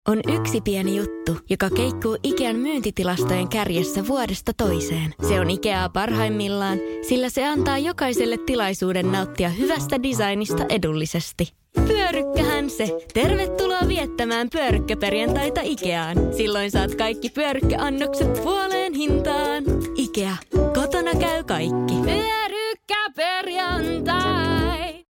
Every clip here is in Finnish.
On yksi pieni juttu, joka keikkuu Ikean myyntitilastojen kärjessä vuodesta toiseen. Se on Ikeaa parhaimmillaan, sillä se antaa jokaiselle tilaisuuden nauttia hyvästä designista edullisesti. Pyörykkähän se! Tervetuloa viettämään pyörykkäperjantaita Ikeaan. Silloin saat kaikki pyörykkäannokset puoleen hintaan. Ikea. Kotona käy kaikki. Pyörykkäperjantai!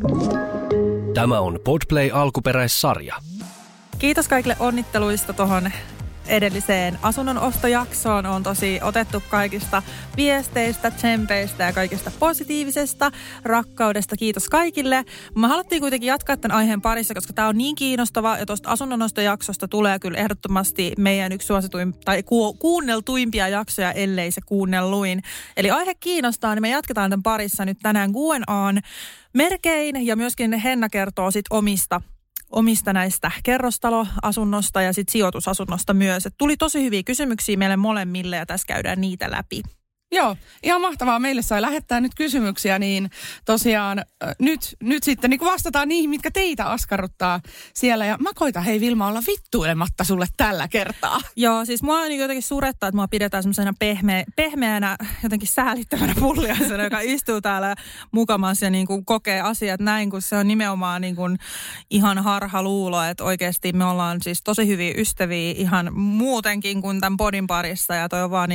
Tämä on Podplay alkuperäissarja. Kiitos kaikille onnitteluista tuohon edelliseen asunnon ostojaksoon. On tosi otettu kaikista viesteistä, tsempeistä ja kaikista positiivisesta rakkaudesta. Kiitos kaikille. Me haluttiin kuitenkin jatkaa tämän aiheen parissa, koska tämä on niin kiinnostava ja tuosta asunnon ostojaksosta tulee kyllä ehdottomasti meidän yksi kuunneltuimpia jaksoja, ellei se kuunnelluin. Eli aihe kiinnostaa, niin me jatketaan tämän parissa nyt tänään Q&A:n merkein ja myöskin Henna kertoo sit omista näistä kerrostaloasunnosta ja sitten sijoitusasunnosta myös. Et tuli tosi hyviä kysymyksiä meille molemmille ja tässä käydään niitä läpi. Joo, ihan mahtavaa. Meille sai lähettää nyt kysymyksiä, niin tosiaan nyt sitten niin vastataan niihin, mitkä teitä askarruttaa siellä. Ja mä koitan, hei Vilma, olla vittuilematta sulle tällä kertaa. Joo, siis mua niin jotenkin surettaa, että mua pidetään semmoisena pehmeänä, jotenkin säälittävänä pulliaisena, joka istuu täällä mukamassa ja niin kuin kokee asiat näin, kun se on nimenomaan niin kuin ihan harhaluulo, että oikeasti me ollaan siis tosi hyviä ystäviä ihan muutenkin kuin tämän podin parissa ja toi on vaan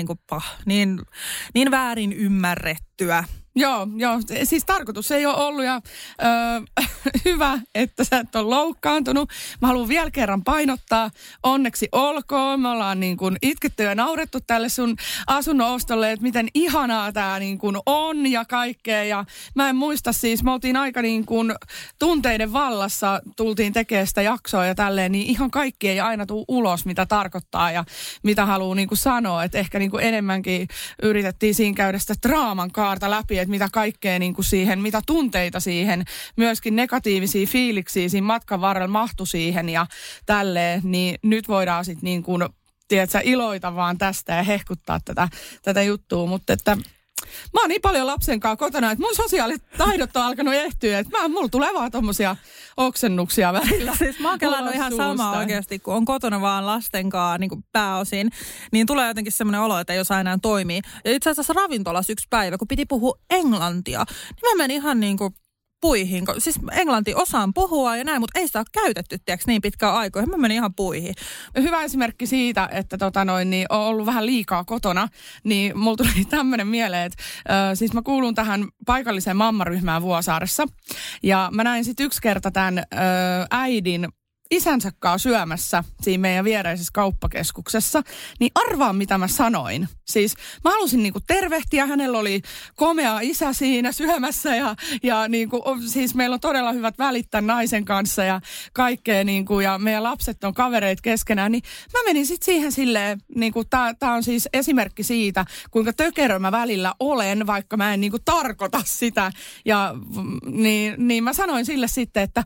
niin väärin ymmärrettyä. Joo, siis tarkoitus ei ole ollut ja hyvä, että sä et ole loukkaantunut. Mä haluan vielä kerran painottaa, onneksi olkoon. Me ollaan niin kuin itketty ja naurettu tälle sun asunnon ostolle, että miten ihanaa tää niin kuin on ja kaikkea. Ja mä en muista siis, me oltiin aika niin kuin tunteiden vallassa, tultiin tekemään sitä jaksoa ja tälleen, niin ihan kaikki ei aina tule ulos, mitä tarkoittaa ja mitä haluaa niin kuin sanoa. Että ehkä niin kuin enemmänkin yritettiin siinä käydä sitä draaman kaarta läpi, että mitä kaikkea niin kuin siihen, mitä tunteita siihen, myöskin negatiivisia fiiliksiä siinä matkan varrella mahtui siihen ja tälleen, niin nyt voidaan sitten niin kuin, tiedätkö, iloita vaan tästä ja hehkuttaa tätä juttua, mutta että mä oon niin paljon lapsen kanssa kotona, että mun sosiaaliset taidot on alkanut ehtyä, että mulla tulee vaan tommosia oksennuksia välillä. Siis mä oon kelannut ihan samaa oikeasti, kun on kotona vaan lasten kanssa niin kuin pääosin, niin tulee jotenkin semmoinen olo, että ei osaa enää toimia. Ja itse asiassa ravintolassa yksi päivä, kun piti puhua englantia, niin mä menin ihan niin kuin puihin. Siis englanti osaan puhua ja näin, mutta ei sitä ole käytetty, tiedätkö, niin pitkään aikoihin. Mä menin ihan puihin. Hyvä esimerkki siitä, että niin on ollut vähän liikaa kotona, niin mulla tuli tämmöinen mieleen, että siis mä kuulun tähän paikalliseen mammaryhmään Vuosaaressa. Ja mä näin sitten yksi kerta tämän äidin isänsä kanssa syömässä siinä meidän viereisessä kauppakeskuksessa, niin arvaa mitä mä sanoin. Siis mä halusin niinku tervehtiä, hänellä oli komea isä siinä syömässä ja niinku, siis meillä on todella hyvät välit tämän naisen kanssa ja kaikkea niinku, ja meidän lapset on kavereita keskenään, niin mä menin sitten siihen silleen, niinku tää on siis esimerkki siitä, kuinka tökerö mä välillä olen, vaikka mä en niinku tarkoita sitä ja niin mä sanoin sille sitten, että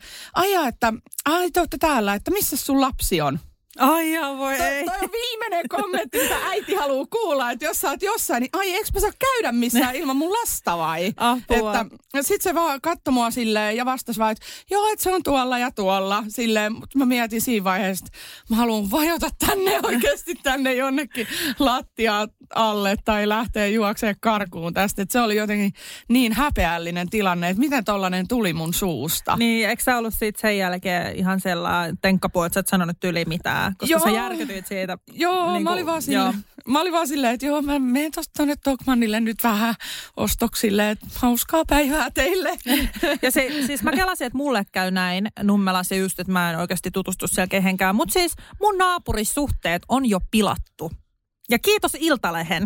te olette täällä, että missä sun lapsi on? Ai ja voi ei. Toi on viimeinen kommentti, mitä äiti haluaa kuulla, että jos sä oot jossain, niin eikö mä saa käydä missään ilman mun lasta vai? Apua. Sit se vaan katsoi mua silleen ja vastasi vaan, että joo, että se on tuolla ja tuolla. Silleen, mutta mä mietin siinä vaiheessa, että mä haluan vajota tänne jonnekin lattiaan alle tai lähtee juokseen karkuun tästä. Että se oli jotenkin niin häpeällinen tilanne, että miten tollainen tuli mun suusta. Niin, eikö sä ollut siitä sen jälkeen ihan sellainen tenkkapuu, että sä et sanonut yli mitään? Koska sä järkytyit siitä. Joo, niin mä olin vaan silleen, että joo, mä menen tuosta tuonne Tokmannille nyt vähän ostoksille, että hauskaa päivää teille. Ja siis mä kelasin, että mulle käy näin Nummelassa just, että mä en oikeasti tutustu siellä kehenkään. Mutta siis mun naapurisuhteet on jo pilattu. Ja kiitos Iltalehen.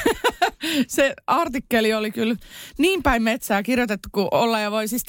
Se artikkeli oli kyllä niin päin metsää kirjoitettu kuin olla ja voi siis,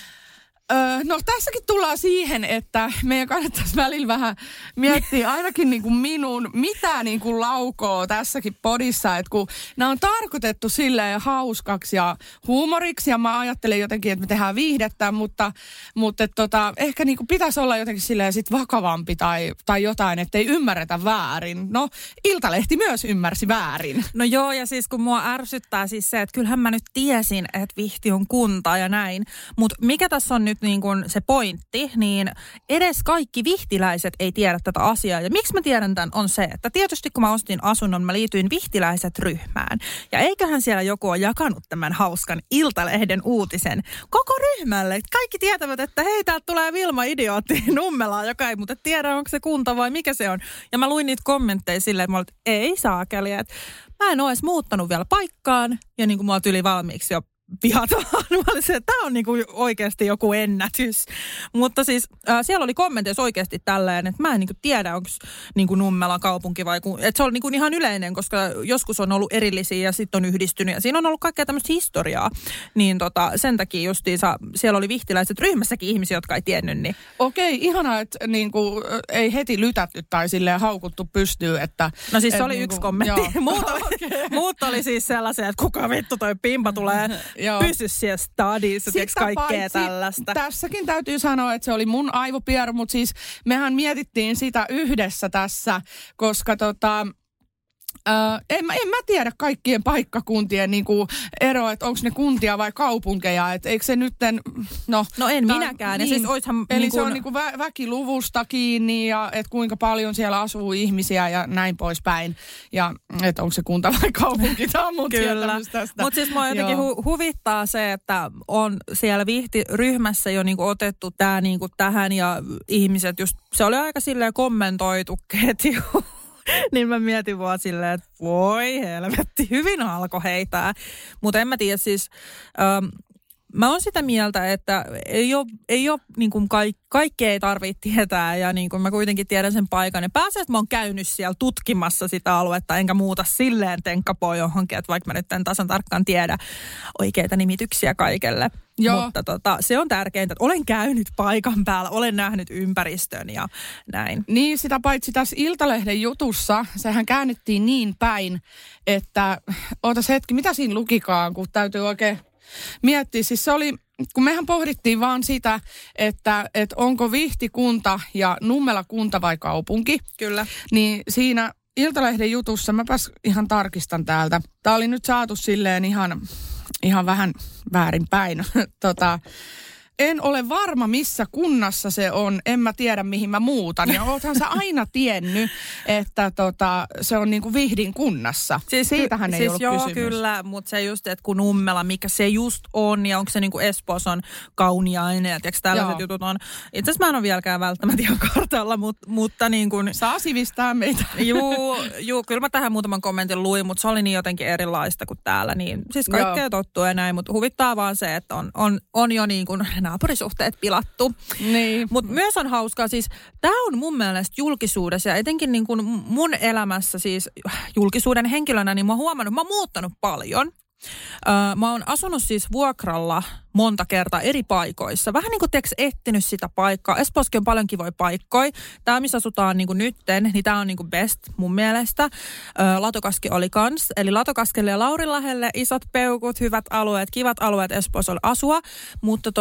no tässäkin tullaan siihen, että meidän kannattaisi välillä vähän miettiä ainakin niin kuin mitä niin kuin laukoo tässäkin podissa, että kun nämä on tarkoitettu silleen hauskaksi ja huumoriksi ja mä ajattelen jotenkin, että me tehdään viihdettä, mutta ehkä niin kuin pitäisi olla jotenkin silleen sit vakavampi tai jotain, ettei ymmärretä väärin. No, Iltalehti myös ymmärsi väärin. No joo, ja siis kun mua ärsyttää siis se, että kyllähän mä nyt tiesin, että Vihti on kunta ja näin, mutta mikä tässä on nyt niin kun se pointti, niin edes kaikki vihtiläiset ei tiedä tätä asiaa. Ja miksi mä tiedän tämän on se, että tietysti kun mä ostin asunnon, mä liityin vihtiläiset ryhmään. Ja eiköhän siellä joku ole jakanut tämän hauskan Iltalehden uutisen koko ryhmälle. Kaikki tietävät, että hei, täältä tulee Vilma idiootti Nummelaan, joka ei muuten tiedä, onko se kunta vai mikä se on. Ja mä luin niitä kommentteja silleen, että mä olin, että ei saakeli, että mä en ole edes muuttanut vielä paikkaan. Ja niin kuin mä oon yli valmiiksi jo vihataan. Mä olisin, että tämä on niinku oikeasti joku ennätys. Mutta siis siellä oli kommenteissa oikeasti tälleen, että mä en niinku tiedä, onko niinku Nummela kaupunki vai että se oli niinku ihan yleinen, koska joskus on ollut erillisiä ja sitten on yhdistynyt. Ja siinä on ollut kaikkea tämmöistä historiaa. Niin sen takia justiinsa siellä oli vihtiläiset ryhmässäkin ihmisiä, jotka ei tiennyt. Niin. Okei, ihanaa, että niinku, ei heti lytätty tai silleen haukuttu pystyyn. Että, no siis se oli niinku, yksi kommentti. Muut oli siis sellaisia, että kuka vittu toi pimpa tulee pysy siellä stadissa, tiedätkö kaikkea tällaista. Tässäkin täytyy sanoa, että se oli mun aivopieru, mutta siis mehän mietittiin sitä yhdessä tässä, koska en mä tiedä kaikkien paikkakuntien niinku eroa, että onko ne kuntia vai kaupunkeja, että eikö se nytten, no en minäkään. Niin, ja siis oishan eli se on niinku väkiluvusta kiinni ja että kuinka paljon siellä asuu ihmisiä ja näin poispäin. Ja että onko se kunta vai kaupunki, tämä on mun tietämys tästä. Mutta siis mua jotenkin huvittaa se, että on siellä vihtiryhmässä jo niinku otettu tää niinku tähän ja ihmiset just, se oli aika silleen kommentoitu ketju. Niin mä mietin vaan silleen, että voi helvetti, hyvin alkoi heitää. Mutta en mä tiedä siis, mä oon sitä mieltä, että ei ole niin kuin kaikkea ei tarvitse tietää ja niin kuin mä kuitenkin tiedän sen paikan. Ja pääsen, että mä oon käynyt siellä tutkimassa sitä aluetta, enkä muuta silleen tenkkapoon johonkin, että vaikka mä nyt en tasan tarkkaan tiedä oikeita nimityksiä kaikelle. Joo. Mutta se on tärkeintä, että olen käynyt paikan päällä, olen nähnyt ympäristön ja näin. Niin, sitä paitsi tässä Iltalehden jutussa, sehän käännettiin niin päin, että ootas hetki, mitä siinä lukikaan, kun täytyy oikein miettiä. Siis se oli, kun mehän pohdittiin vaan sitä, että onko Vihti kunta ja Nummela kunta vai kaupunki. Kyllä. Niin siinä Iltalehden jutussa, mäpäs ihan tarkistan täältä. Tää oli nyt saatu silleen ihan vähän väärinpäin. En ole varma, missä kunnassa se on. En mä tiedä, mihin mä muutan. Ja oothan sä aina tiennyt, että se on niinku Vihdin kunnassa. Siis siitähän ei ollut kysymys. Joo, kyllä, mutta se just, että kun Nummela, mikä se just on, ja onko se niinku Espoossa on Kauniainen, ja tiedätkö tällaiset jutut on. Itse asiassa mä en ole vieläkään välttämättä ihan kartalla, mutta niin kuin... Saa sivistää meitä. Juu, kyllä mä tähän muutaman kommentin luin, mutta se oli niin jotenkin erilaista kuin täällä. Niin, siis kaikkea tottuu ja näin, mutta huvittaa vaan se, että on jo niin kuin naapurisuhteet pilattu. Niin. Mutta myös on hauskaa, siis tämä on mun mielestä julkisuudessa ja etenkin niin kuin mun elämässä siis julkisuuden henkilönä, niin mä oon huomannut, mä oon muuttanut paljon. Mä oon asunut siis vuokralla monta kertaa eri paikoissa. Vähän niin kuin etsinyt sitä paikkaa. Espoossakin on paljon kivoja paikkoja. Tämä, missä asutaan niin kuin nytten, niin tämä on niin kuin best mun mielestä. Latokaski oli kans. Eli Latokaskelle ja Laurinlahdelle isot peukut, hyvät alueet, kivat alueet Espoossa oli asua. Mutta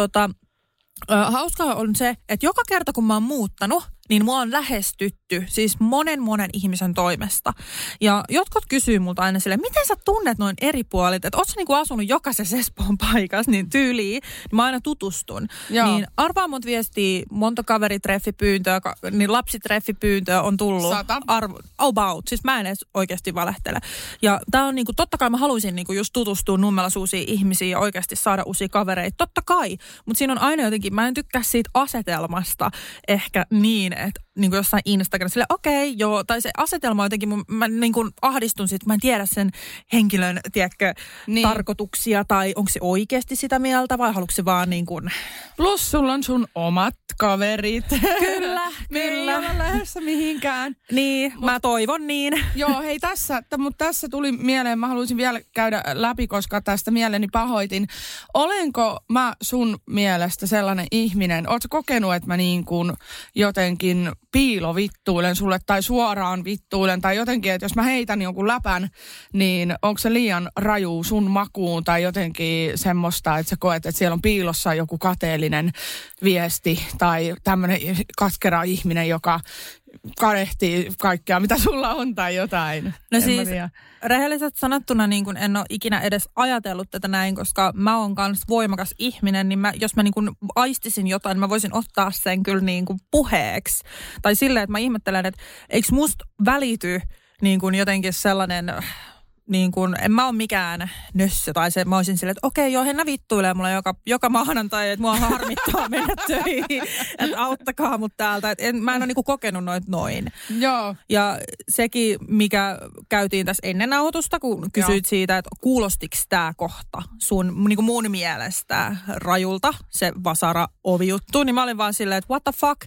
hauskaa on se, että joka kerta kun mä oon muuttanut, niin mua on lähestytty siis monen ihmisen toimesta. Ja jotkut kysyy multa aina silleen, miten sä tunnet noin eri puolit, että oot sä niinku asunut jokaisessa Espoon paikassa niin tyyliin, niin mä aina tutustun. Joo. Niin arvaa mut viestiä, monta kaveritreffipyyntöä, niin lapsitreffipyyntöä on tullut. About, siis mä en edes oikeasti valehtele. Ja tää on niinku, totta kai mä haluaisin niinku just tutustua Nummelassa uusiin ihmisiin ja oikeasti saada uusia kavereita, totta kai. Mutta siinä on aina jotenkin, mä en tykkää siitä asetelmasta ehkä niin, että niin kuin jossain Instagramissa, silleen okei, joo, tai se asetelma jotenkin, mä niin kuin ahdistun siitä, mä en tiedä sen henkilön, tiedätkö, tarkoituksia, tai onko se oikeasti sitä mieltä, vai haluatko se vaan niin kuin... Plus sulla on sun omat kaverit. Kyllä. Me ei ole lähdössä mihinkään. Niin, mä toivon niin. Joo, hei mutta tässä tuli mieleen, mä haluaisin vielä käydä läpi, koska tästä mieleni pahoitin. Olenko mä sun mielestä sellainen ihminen, ootko kokenut, että mä niin kuin jotenkin piilovittuilen sulle tai suoraan vittuilen tai jotenkin, että jos mä heitän jonkun läpän, niin onko se liian raju sun makuun tai jotenkin semmoista, että sä koet, että siellä on piilossa joku kateellinen viesti tai tämmöinen katkera ihminen, joka kadehtii kaikkea, mitä sulla on tai jotain. No siis rehellisesti sanottuna niin kun en ole ikinä edes ajatellut tätä näin, koska mä oon kans voimakas ihminen, niin jos mä niin kun aistisin jotain, mä voisin ottaa sen kyllä niin kun puheeksi. Tai silleen, että mä ihmettelen, että eikö musta välity niin kun jotenkin sellainen... Niin kuin, en mä ole mikään nössö tai se, mä olisin silleen, että okei, joo, Henna vittuilee mulle joka maanantai, että mua harmittaa mennä töihin, että auttakaa mut täältä. Mä en ole niinku kokenut noin. Joo. Ja sekin, mikä käytiin tässä ennen nauhoitusta, kun kysyit siitä, että kuulostiko tämä kohta sun niinku mun mielestä rajulta, se vasara-ovi-juttu, niin mä olin vaan silleen, että what the fuck,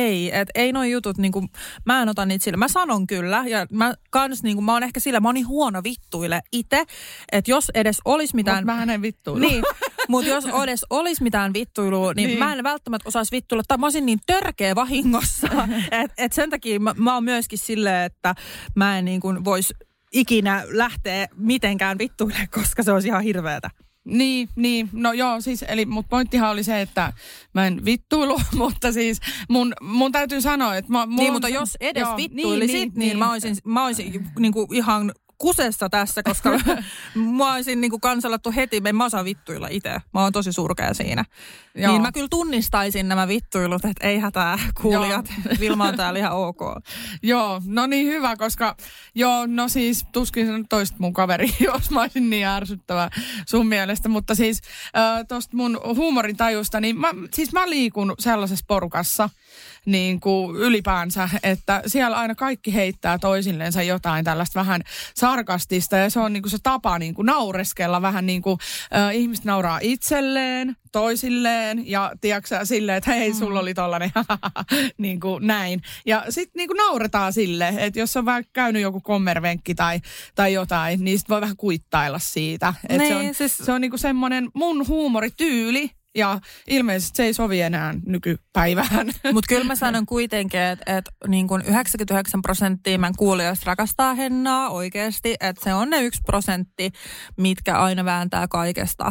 ei noi jutut, niinku, mä en ota niitä sille. Mä sanon kyllä, ja mä oon ehkä sillä, mä oon niin huono vittuille itse, että jos edes olisi mitään... Mutta mähän en vittuilu. Niin, mutta jos edes olisi mitään vittuilua, niin mä en välttämättä osaisi vittuilla. Tai mä olisin niin törkeä vahingossa, että sen takia mä oon myöskin silleen, että mä en niin kuin voisi ikinä lähteä mitenkään vittuille, koska se olisi ihan hirveätä. Niin, no joo, siis, eli mut pointtihan oli se, että mä en vittuilu, mutta siis mun täytyy sanoa, että niin, mutta jos edes vittuilisit, niin mä olisin niinku ihan kusessa tässä, koska mä olisin niinku kansallattu heti, en mä osaa vittuilla itse. Mä oon tosi surkea siinä. Joo. Niin mä kyllä tunnistaisin nämä vittuilut, että ei hätää kuulijat. Vilma on täällä ihan ok. Joo, no niin hyvä, koska no siis tuskin sä nyt toisit mun kaveri, jos mä olisin niin ärsyttävä sun mielestä. Mutta siis tosta mun huumorintajusta, niin mä liikun sellaisessa porukassa niin kuin ylipäänsä, että siellä aina kaikki heittää toisillensa jotain tällaista vähän sarkastista ja se on niin kuin se tapa niin kuin naureskella vähän niin kuin ihmiset nauraa itselleen, toisilleen ja tiedätkö silleen, että hei, sulla oli tollainen niin kuin näin. Ja sitten niin kuin nauretaan silleen, että jos on vähän käynyt joku kommervenkki tai jotain, niin sit voi vähän kuittailla siitä. Niin, se on niin kuin semmoinen mun huumorityyli. Ja ilmeisesti se ei sovi enää nykypäivään. Mutta kyllä mä sanon kuitenkin, että niin kuin 99% meidän kuulijoista rakastaa Hennaa oikeasti. Että se on ne 1%, mitkä aina vääntää kaikesta.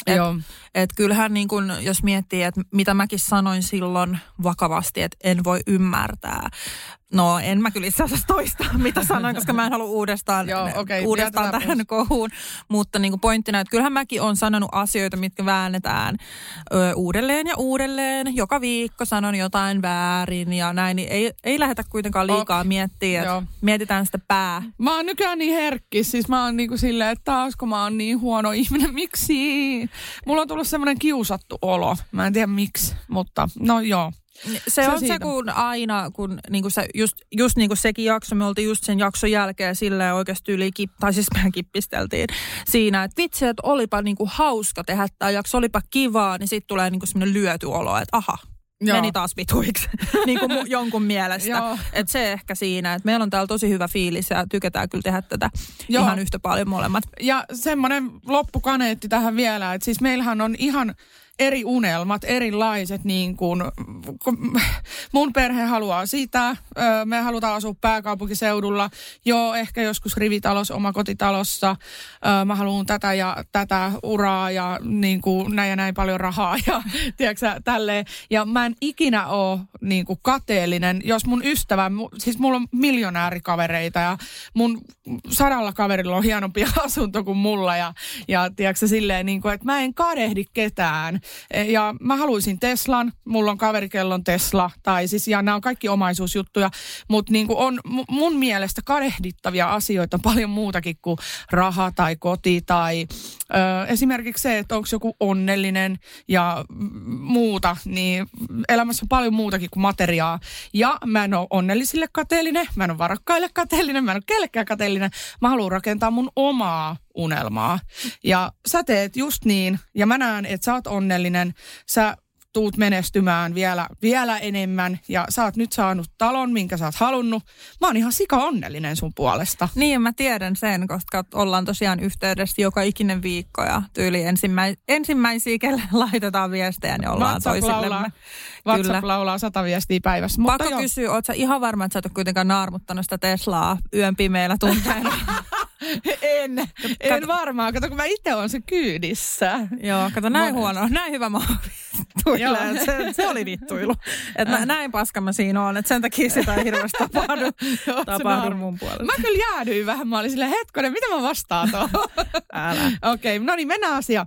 Että kyllähän niin kun, jos miettii, että mitä mäkin sanoin silloin vakavasti, että en voi ymmärtää. No en mä kyllä itse asiassa toista, mitä sanoin, koska mä en halua uudestaan tähän kohuun. Mutta niin kuin pointtina, että kyllähän mäkin olen sanonut asioita, mitkä väännetään uudelleen ja uudelleen. Joka viikko sanon jotain väärin ja näin. Niin ei lähdetä kuitenkaan liikaa miettiä, että mietitään sitä pää. Mä oon nykyään niin herkkis, siis mä oon niin kuin silleen, että taasko mä oon niin huono ihminen, miksi? Mulla on tullut semmoinen kiusattu olo. Mä en tiedä miksi, mutta no joo. Se on siitä. Se, kun aina, kun niinku se, just niin kuin sekin jakso, me oltiin just sen jakson jälkeen silleen oikeasti tai siis mehän kippisteltiin siinä, että vitsi, että olipa niinku hauska tehdä tämä jakso, olipa kivaa, niin sitten tulee niinku semmoinen lyöty olo, että aha. Meni taas vituiksi, niin kuin jonkun mielestä. Että se ehkä siinä, että meillä on täällä tosi hyvä fiilis ja tykätään kyllä tehdä tätä ihan yhtä paljon molemmat. Ja semmoinen loppukaneetti tähän vielä, että siis meillähän on ihan eri unelmat, erilaiset niin kuin, mun perhe haluaa sitä, me halutaan asua pääkaupunkiseudulla, ehkä joskus rivitalossa, omakotitalossa, mä haluan tätä ja tätä uraa ja niin kuin näin ja näin paljon rahaa ja tiedätkö tälleen. Ja mä en ikinä ole niin kuin kateellinen, jos mun ystävä, siis mulla on miljonäärikavereita ja mun 100 kaverilla on hienompi asunto kuin mulla ja tiedätkö silleen niin kuin, että mä en kadehdi ketään. Ja mä haluaisin Teslan, mulla on kaveri, kello on Tesla, tai siis, ja nämä on kaikki omaisuusjuttuja, mutta niin kuin on mun mielestä kadehdittavia asioita on paljon muutakin kuin raha tai koti tai esimerkiksi se, että onko joku onnellinen ja muuta, niin elämässä on paljon muutakin kuin materiaa. Ja mä en ole onnellisille kateellinen, mä en ole varakkaille kateellinen, mä en ole kellekään kateellinen, mä haluan rakentaa mun omaa unelmaa. Ja sä teet just niin, ja mä näen, että sä oot onnellinen, sä tuut menestymään vielä enemmän, ja sä oot nyt saanut talon, minkä sä oot halunnut. Mä oon ihan sika onnellinen sun puolesta. Niin, mä tiedän sen, koska ollaan tosiaan yhteydessä joka ikinen viikko, ja tyyli ensimmäisiä, kelle laitetaan viestejä, niin ollaan toisillemme. WhatsApp laulaa 100 viestiä päivässä. Pakko kysyä, oot sä ihan varma, että sä et ole kuitenkaan naarmuttanut sitä Teslaa yön pimeillä tunteina? En varmaan. Kato, kun mä itse oon se kyydissä. Joo, kato, näin hyvä mahdollista. vittuilee. Se oli vittuilu. Että näin paska mä siinä on, että sen takia sitä ei hirveästi tapahdu mun puolella. Mä kyllä jäädyin vähän. Mä olin silleen, hetkonen, mitä mä vastaan tuohon? Älä. Okei, no niin, mennään asiaan.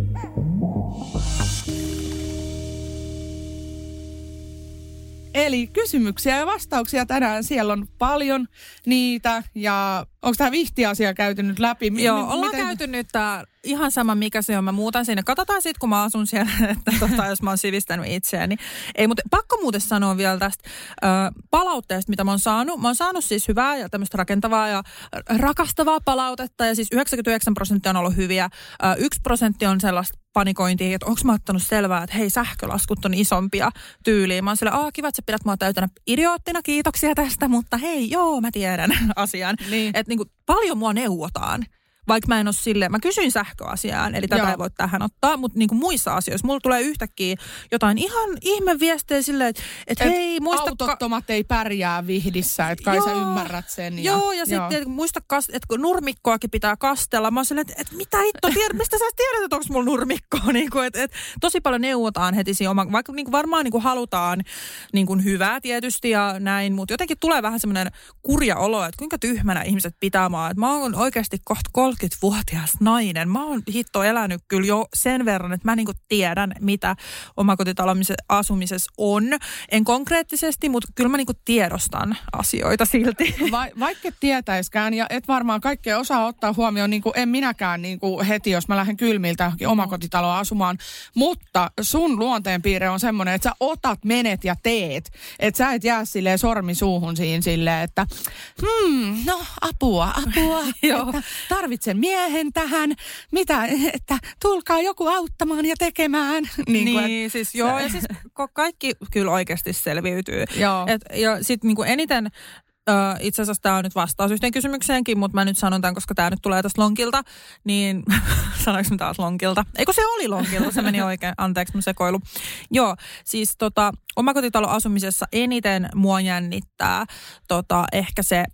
Eli kysymyksiä ja vastauksia tänään. Siellä on paljon niitä. Ja onko tämä vihti-asia käyty nyt läpi? Joo, ollaan käyty nyt tämä ihan sama mikä se on. Mä muutan sinne. Katsotaan sitten, kun mä asun siellä, että jos mä oon sivistänyt itseäni. Ei, mutta pakko muuten sanoa vielä tästä palautteesta, mitä mä oon saanut. Mä oon saanut siis hyvää ja tämmöistä rakentavaa ja rakastavaa palautetta. Ja siis 99% on ollut hyviä. 1% on sellaista panikointia, että onko mä ottanut selvää, että hei, sähkölaskut on isompia tyyliin. Mä oon silleen, kiva, että sä pidät mua täytänä idioottina, kiitoksia tästä, mutta hei, joo, mä tiedän asian. Niin. Että niinku, paljon mua neuvotaan. Vaikka mä en ole silleen, mä kysyin sähköasiaan, eli tätä ei voi tähän ottaa, mutta niin kuin muissa asioissa, mulla tulee yhtäkkiä jotain ihan ihmeviestejä silleen, että hei, muista... Autottomat ei pärjää Vihdissä, että kai sä ymmärrät sen. Joo, ja sitten muista, että kun nurmikkoakin pitää kastella, mä oon silleen, että mitä hitto, mistä sä tiedät, että onko mulla nurmikkoa, niin kuin, että tosi paljon neuvotaan heti siinä oman, vaikka niin kuin varmaan niin kuin halutaan niin kuin hyvää tietysti ja näin, mutta jotenkin tulee vähän semmoinen kurja olo, että kuinka tyhmänä ihmiset pitää mua, että mä oon oikeasti kohta 30-vuotias nainen. Mä oon hitto elänyt kyllä jo sen verran, että mä niinku tiedän, mitä omakotitalon asumisessa on. En konkreettisesti, mutta kyllä mä niinku tiedostan asioita silti. Vaikka et tietäiskään ja et varmaan kaikkea osaa ottaa huomioon, niin kuin en minäkään niin kuin heti, jos mä lähden kylmiltä omakotitaloa asumaan. Mutta sun luonteenpiirre on semmoinen, että sä otat, menet ja teet. Että sä et jää silleen sormi suuhun siinä silleen, että no apua. Että tarvitsen miehen tähän, mitä, että tulkaa joku auttamaan ja tekemään. Niin siis joo, ja siis kaikki kyllä oikeasti selviytyy. Joo. Ja sitten niinku eniten, itse asiassa tämä on nyt vastaus yhteen kysymykseenkin, mutta mä nyt sanon tämän, koska tämä nyt tulee tästä lonkilta, niin sanoinko mä taas lonkilta? Eikö se oli lonkilta, se meni oikein, anteeksi mä sekoilu. Joo, siis omakotitalon asumisessa eniten mua jännittää ehkä se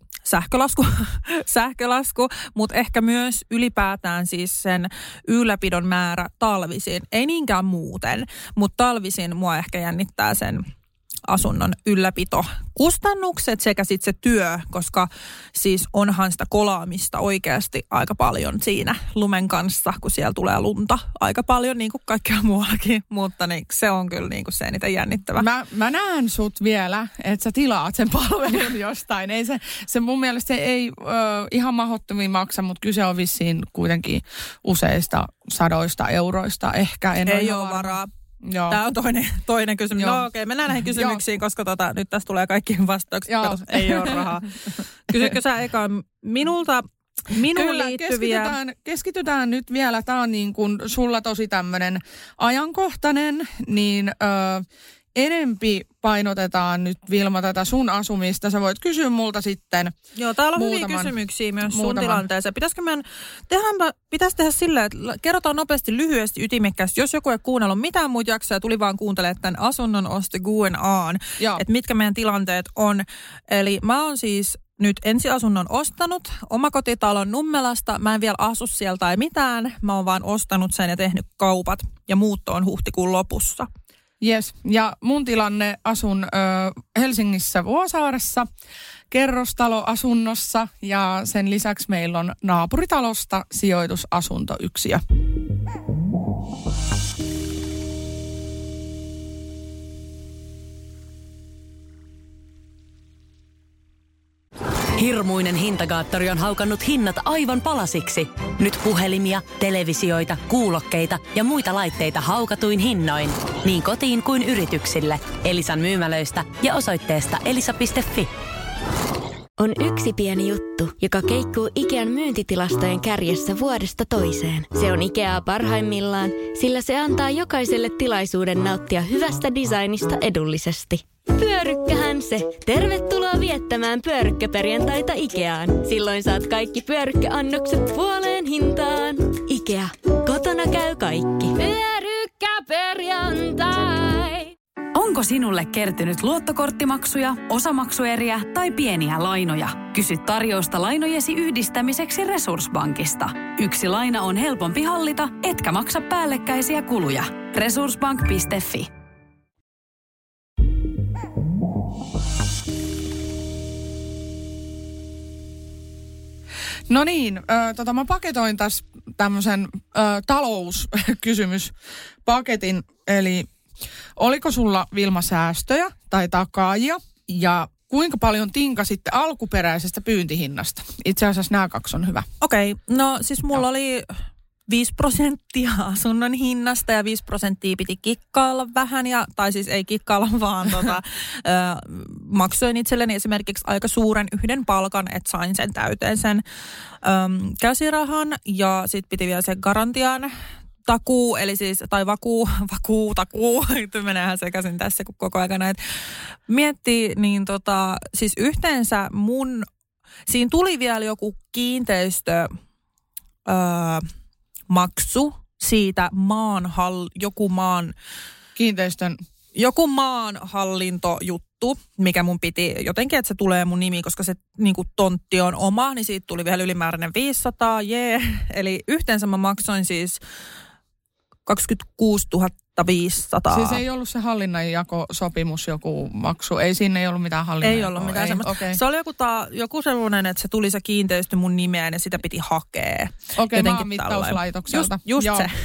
sähkölasku, mutta ehkä myös ylipäätään siis sen ylläpidon määrä talvisin. Ei niinkään muuten, mutta talvisin mua ehkä jännittää sen asunnon ylläpitokustannukset sekä sitten se työ, koska siis onhan sitä kolaamista oikeasti aika paljon siinä lumen kanssa, kun siellä tulee lunta aika paljon, niin kuin kaikkea muuallakin, mutta niin, se on kyllä niin kuin se eniten jännittävä. Mä näen sut vielä, että sä tilaat sen palvelun jostain. Ei se mun mielestä se ei ihan mahdottomiin maksa, mutta kyse on vissiin kuitenkin useista sadoista euroista ehkä. Ei ole varaa. Joo. Tämä on toinen kysymys. Joo. No okei, mennään näihin kysymyksiin, koska nyt tässä tulee kaikki vastaukset. Ei ole rahaa. Kysytkö sä eka minuun kyllä, liittyviä? Keskitytään nyt vielä. Tämä on niin kuin sulla tosi tämmöinen ajankohtainen, niin enempi painotetaan nyt, Vilma, tätä sun asumista. Sä voit kysyä multa sitten. Joo, täällä on hyviä kysymyksiä myös sun tilanteeseen. Pitäisi tehdä silleen, että kerrotaan nopeasti, lyhyesti, ytimekkäästi. Jos joku ei kuunnellut mitään muuta jaksoa ja tuli vaan kuuntelemaan tämän asunnon osto Q&A:n, että mitkä meidän tilanteet on. Eli mä oon siis nyt ensiasunnon ostanut omakotitalon Nummelasta. Mä en vielä asu siellä tai mitään. Mä oon vaan ostanut sen ja tehnyt kaupat. Ja muutto on huhtikuun lopussa. Yes, ja mun tilanne asun Helsingissä Vuosaaressa kerrostaloasunnossa ja sen lisäksi meillä on naapuritalosta sijoitusasuntoyksiö. Hirmuinen hintakaattori on haukannut hinnat aivan palasiksi. Nyt puhelimia, televisioita, kuulokkeita ja muita laitteita haukatuin hinnoin. Niin kotiin kuin yrityksille. Elisan myymälöistä ja osoitteesta elisa.fi. On yksi pieni juttu, joka keikkuu Ikean myyntitilastojen kärjessä vuodesta toiseen. Se on Ikeaa parhaimmillaan, sillä se antaa jokaiselle tilaisuuden nauttia hyvästä designista edullisesti. Pyörykkähän se! Tervetuloa viettämään pyörykkäperjantaita Ikeaan. Silloin saat kaikki pyörykkäannokset puoleen hintaan. Ikea. Kotona käy kaikki. Pyörykkäperjantai! Onko sinulle kertynyt luottokorttimaksuja, osamaksueriä tai pieniä lainoja? Kysy tarjousta lainojesi yhdistämiseksi Resurssbankista. Yksi laina on helpompi hallita, etkä maksa päällekkäisiä kuluja. Resurssbank.fi No niin, mä paketoin tässä tämmöisen talouskysymyspaketin. Eli oliko sulla, Vilma, säästöjä tai takaajia ja kuinka paljon tinkasitte alkuperäisestä pyyntihinnasta? Itse asiassa nämä kaksi on hyvä. Okei, no siis mulla oli 5% asunnon hinnasta ja 5% piti kikkailla vähän, tai siis ei kikkailla, vaan maksoin itselleni esimerkiksi aika suuren yhden palkan, että sain sen täyteen sen käsirahan ja sitten piti vielä sen garantian takuu, eli siis, tai takuu, meneehän sekaisin tässä kun koko ajan näitä miettii, niin siis yhteensä siinä tuli vielä joku kiinteistö, maksu siitä joku maanhallintojuttu, mikä mun piti jotenkin, että se tulee mun nimi, koska se niinku tontti on oma, niin siitä tuli vielä ylimääräinen 500, Eli yhteensä mä maksoin siis 26 500. Siis ei ollut se hallinnanjakosopimus joku maksu? Ei siinä ei ollut mitään hallinnanjakoa? Ei ollut mitään semmoista. Okay. Se oli joku sellainen, että se tuli se kiinteistö mun nimeen ja sitä piti hakea. Okei, maanmittauslaitokselta. Just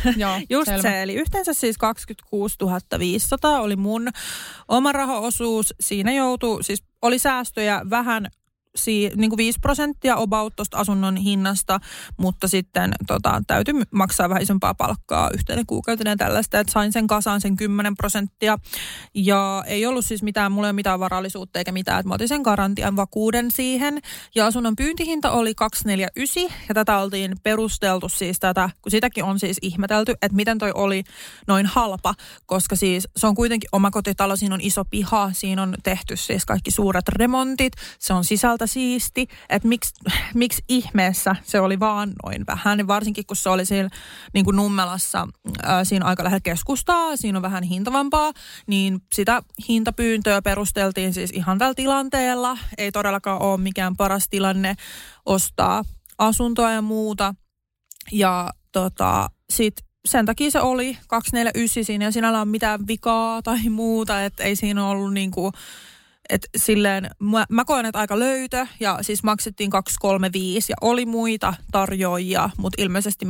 se. Eli yhteensä siis 26 500 oli mun oma rahaosuus. Siinä oli säästöjä vähän niin kuin 5% about tuosta asunnon hinnasta, mutta sitten täytyy maksaa vähän isompaa palkkaa yhteinen kuukautinen ja tällaista, että sain sen kasaan sen 10%. Ja ei ollut siis mulla ei ole mitään varallisuutta eikä mitään, että mä otin sen garantian vakuuden siihen. Ja asunnon pyyntihinta oli 249 ja tätä oltiin perusteltu siis kun sitäkin on siis ihmetelty, että miten toi oli noin halpa, koska siis se on kuitenkin omakotitalo, siinä on iso piha, siinä on tehty siis kaikki suuret remontit, se on sisältä siisti, että miksi ihmeessä se oli vaan noin vähän, varsinkin kun se oli siellä niin kuin Nummelassa siinä aika lähellä keskustaa, siinä on vähän hintavampaa, niin sitä hintapyyntöä perusteltiin siis ihan tällä tilanteella, ei todellakaan ole mikään paras tilanne ostaa asuntoa ja muuta, ja sitten sen takia se oli 249, siinä ei sinällään ole mitään vikaa tai muuta, että ei siinä ollut niinku, että silleen, mä koen, että aika löytö ja siis maksettiin 235 ja oli muita tarjoajia, mutta ilmeisesti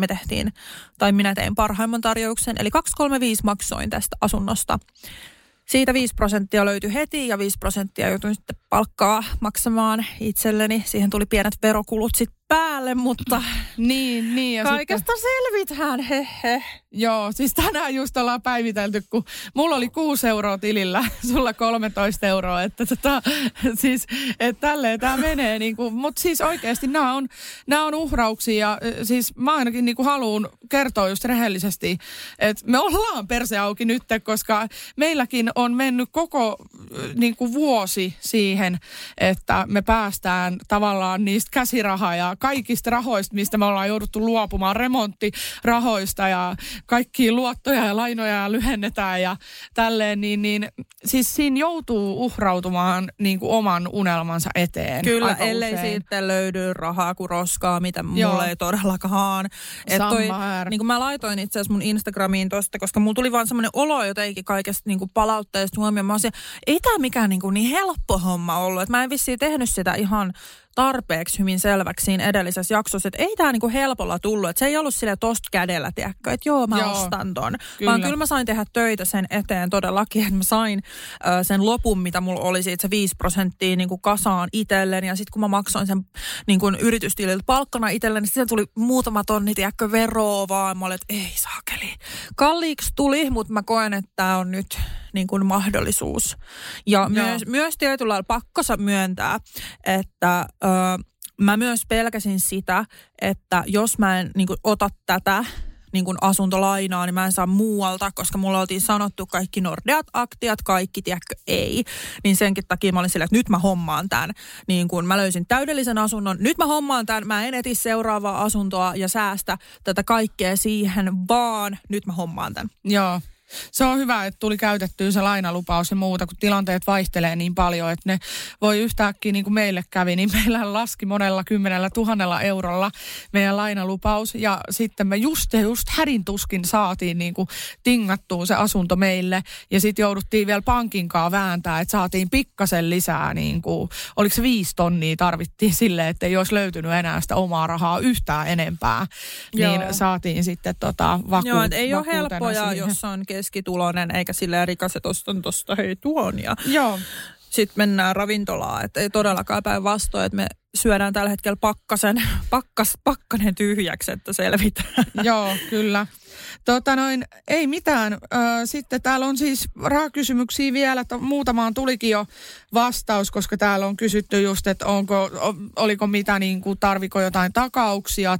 minä tein parhaimman tarjouksen, eli 235 maksoin tästä asunnosta. Siitä 5% löytyi heti ja 5% joutuin sitten palkkaa maksamaan itselleni. Siihen tuli pienet verokulut sitten päälle, mutta niin, ja kaikesta selvitään, Joo, siis tänään just ollaan päivitelty, kun mulla oli 6 euroa tilillä, sulla 13 euroa, että siis että tälleen tämä menee, mutta siis oikeasti nämä on uhrauksia ja siis mä ainakin haluan kertoa just rehellisesti, että me ollaan perse auki nyt, koska meilläkin on mennyt koko vuosi siihen, että me päästään tavallaan niistä käsirahaa ja kaikista rahoista, mistä me ollaan jouduttu luopumaan, remonttirahoista ja kaikkia luottoja ja lainoja lyhennetään ja tälleen, niin siis siinä joutuu uhrautumaan oman unelmansa eteen. Kyllä, ellei sitten löydy rahaa kuin roskaa, mitä mulla ei todellakaan. Niin mä laitoin itse asiassa mun Instagramiin tosta, koska mulla tuli vaan semmoinen olo jotenkin kaikesta palautteesta huomioon. Mä olisin, ei tää mikään niin helppo homma ollut, että mä en vissiin tehnyt sitä ihan tarpeeksi hyvin selväksi siinä edellisessä jaksossa, että ei tämä helpolla tullut, että se ei ollut sille tosta kädellä, tiedätkö, että mä ostan ton. Kyllä. Vaan kyllä mä sain tehdä töitä sen eteen todellakin, että mä sain sen lopun, mitä mulla oli siitä se 5% kasaan itselleni, ja sitten kun mä maksoin sen yritystililtä palkkana itselleni, niin sitten tuli muutama tonni, tiedätkö, veroa vaan, mä olin, että ei saakeli. Kalliiksi tuli, mutta mä koen, että tämä on nyt mahdollisuus. Ja myös tietyllä lailla pakko myöntää, että mä myös pelkäsin sitä, että jos mä en ota tätä asuntolainaa, niin mä en saa muualta, koska mulla oltiin sanottu kaikki Nordeat, Aktiat, kaikki, tiedätkö, ei. Niin senkin takia mä olin silleen, että nyt mä hommaan tämän. Mä löysin täydellisen asunnon, nyt mä hommaan tämän, mä en eti seuraavaa asuntoa ja säästä tätä kaikkea siihen, vaan nyt mä hommaan tämän. Joo. Se on hyvä, että tuli käytettyä se lainalupaus ja muuta, kun tilanteet vaihtelee niin paljon, että ne voi yhtäkkiä, niin kuin meille kävi, niin meillä laski monella 10 000 eurolla meidän lainalupaus. Ja sitten me just hädintuskin saatiin niin kuin tingattua se asunto meille. Ja sitten jouduttiin vielä pankinkaan vääntää, että saatiin pikkasen lisää, niin kuin, oliko se 5 tonnia tarvittiin silleen, että ei olisi löytynyt enää sitä omaa rahaa yhtään enempää. Joo. Niin saatiin sitten Joo, että ei ole helppoja, jos on keskituloinen, eikä silleen rikas, että ostan tosta hei tuon. Ja joo. Sitten mennään ravintolaan, että ei todellakaan päinvastoin, että me syödään tällä hetkellä pakkanen tyhjäksi, että selvitään. Joo, kyllä. Ei mitään. Sitten täällä on siis rahakysymyksiä vielä. Muutamaan tulikin jo vastaus, koska täällä on kysytty just, että oliko mitä, niin kuin, tarviko jotain takauksia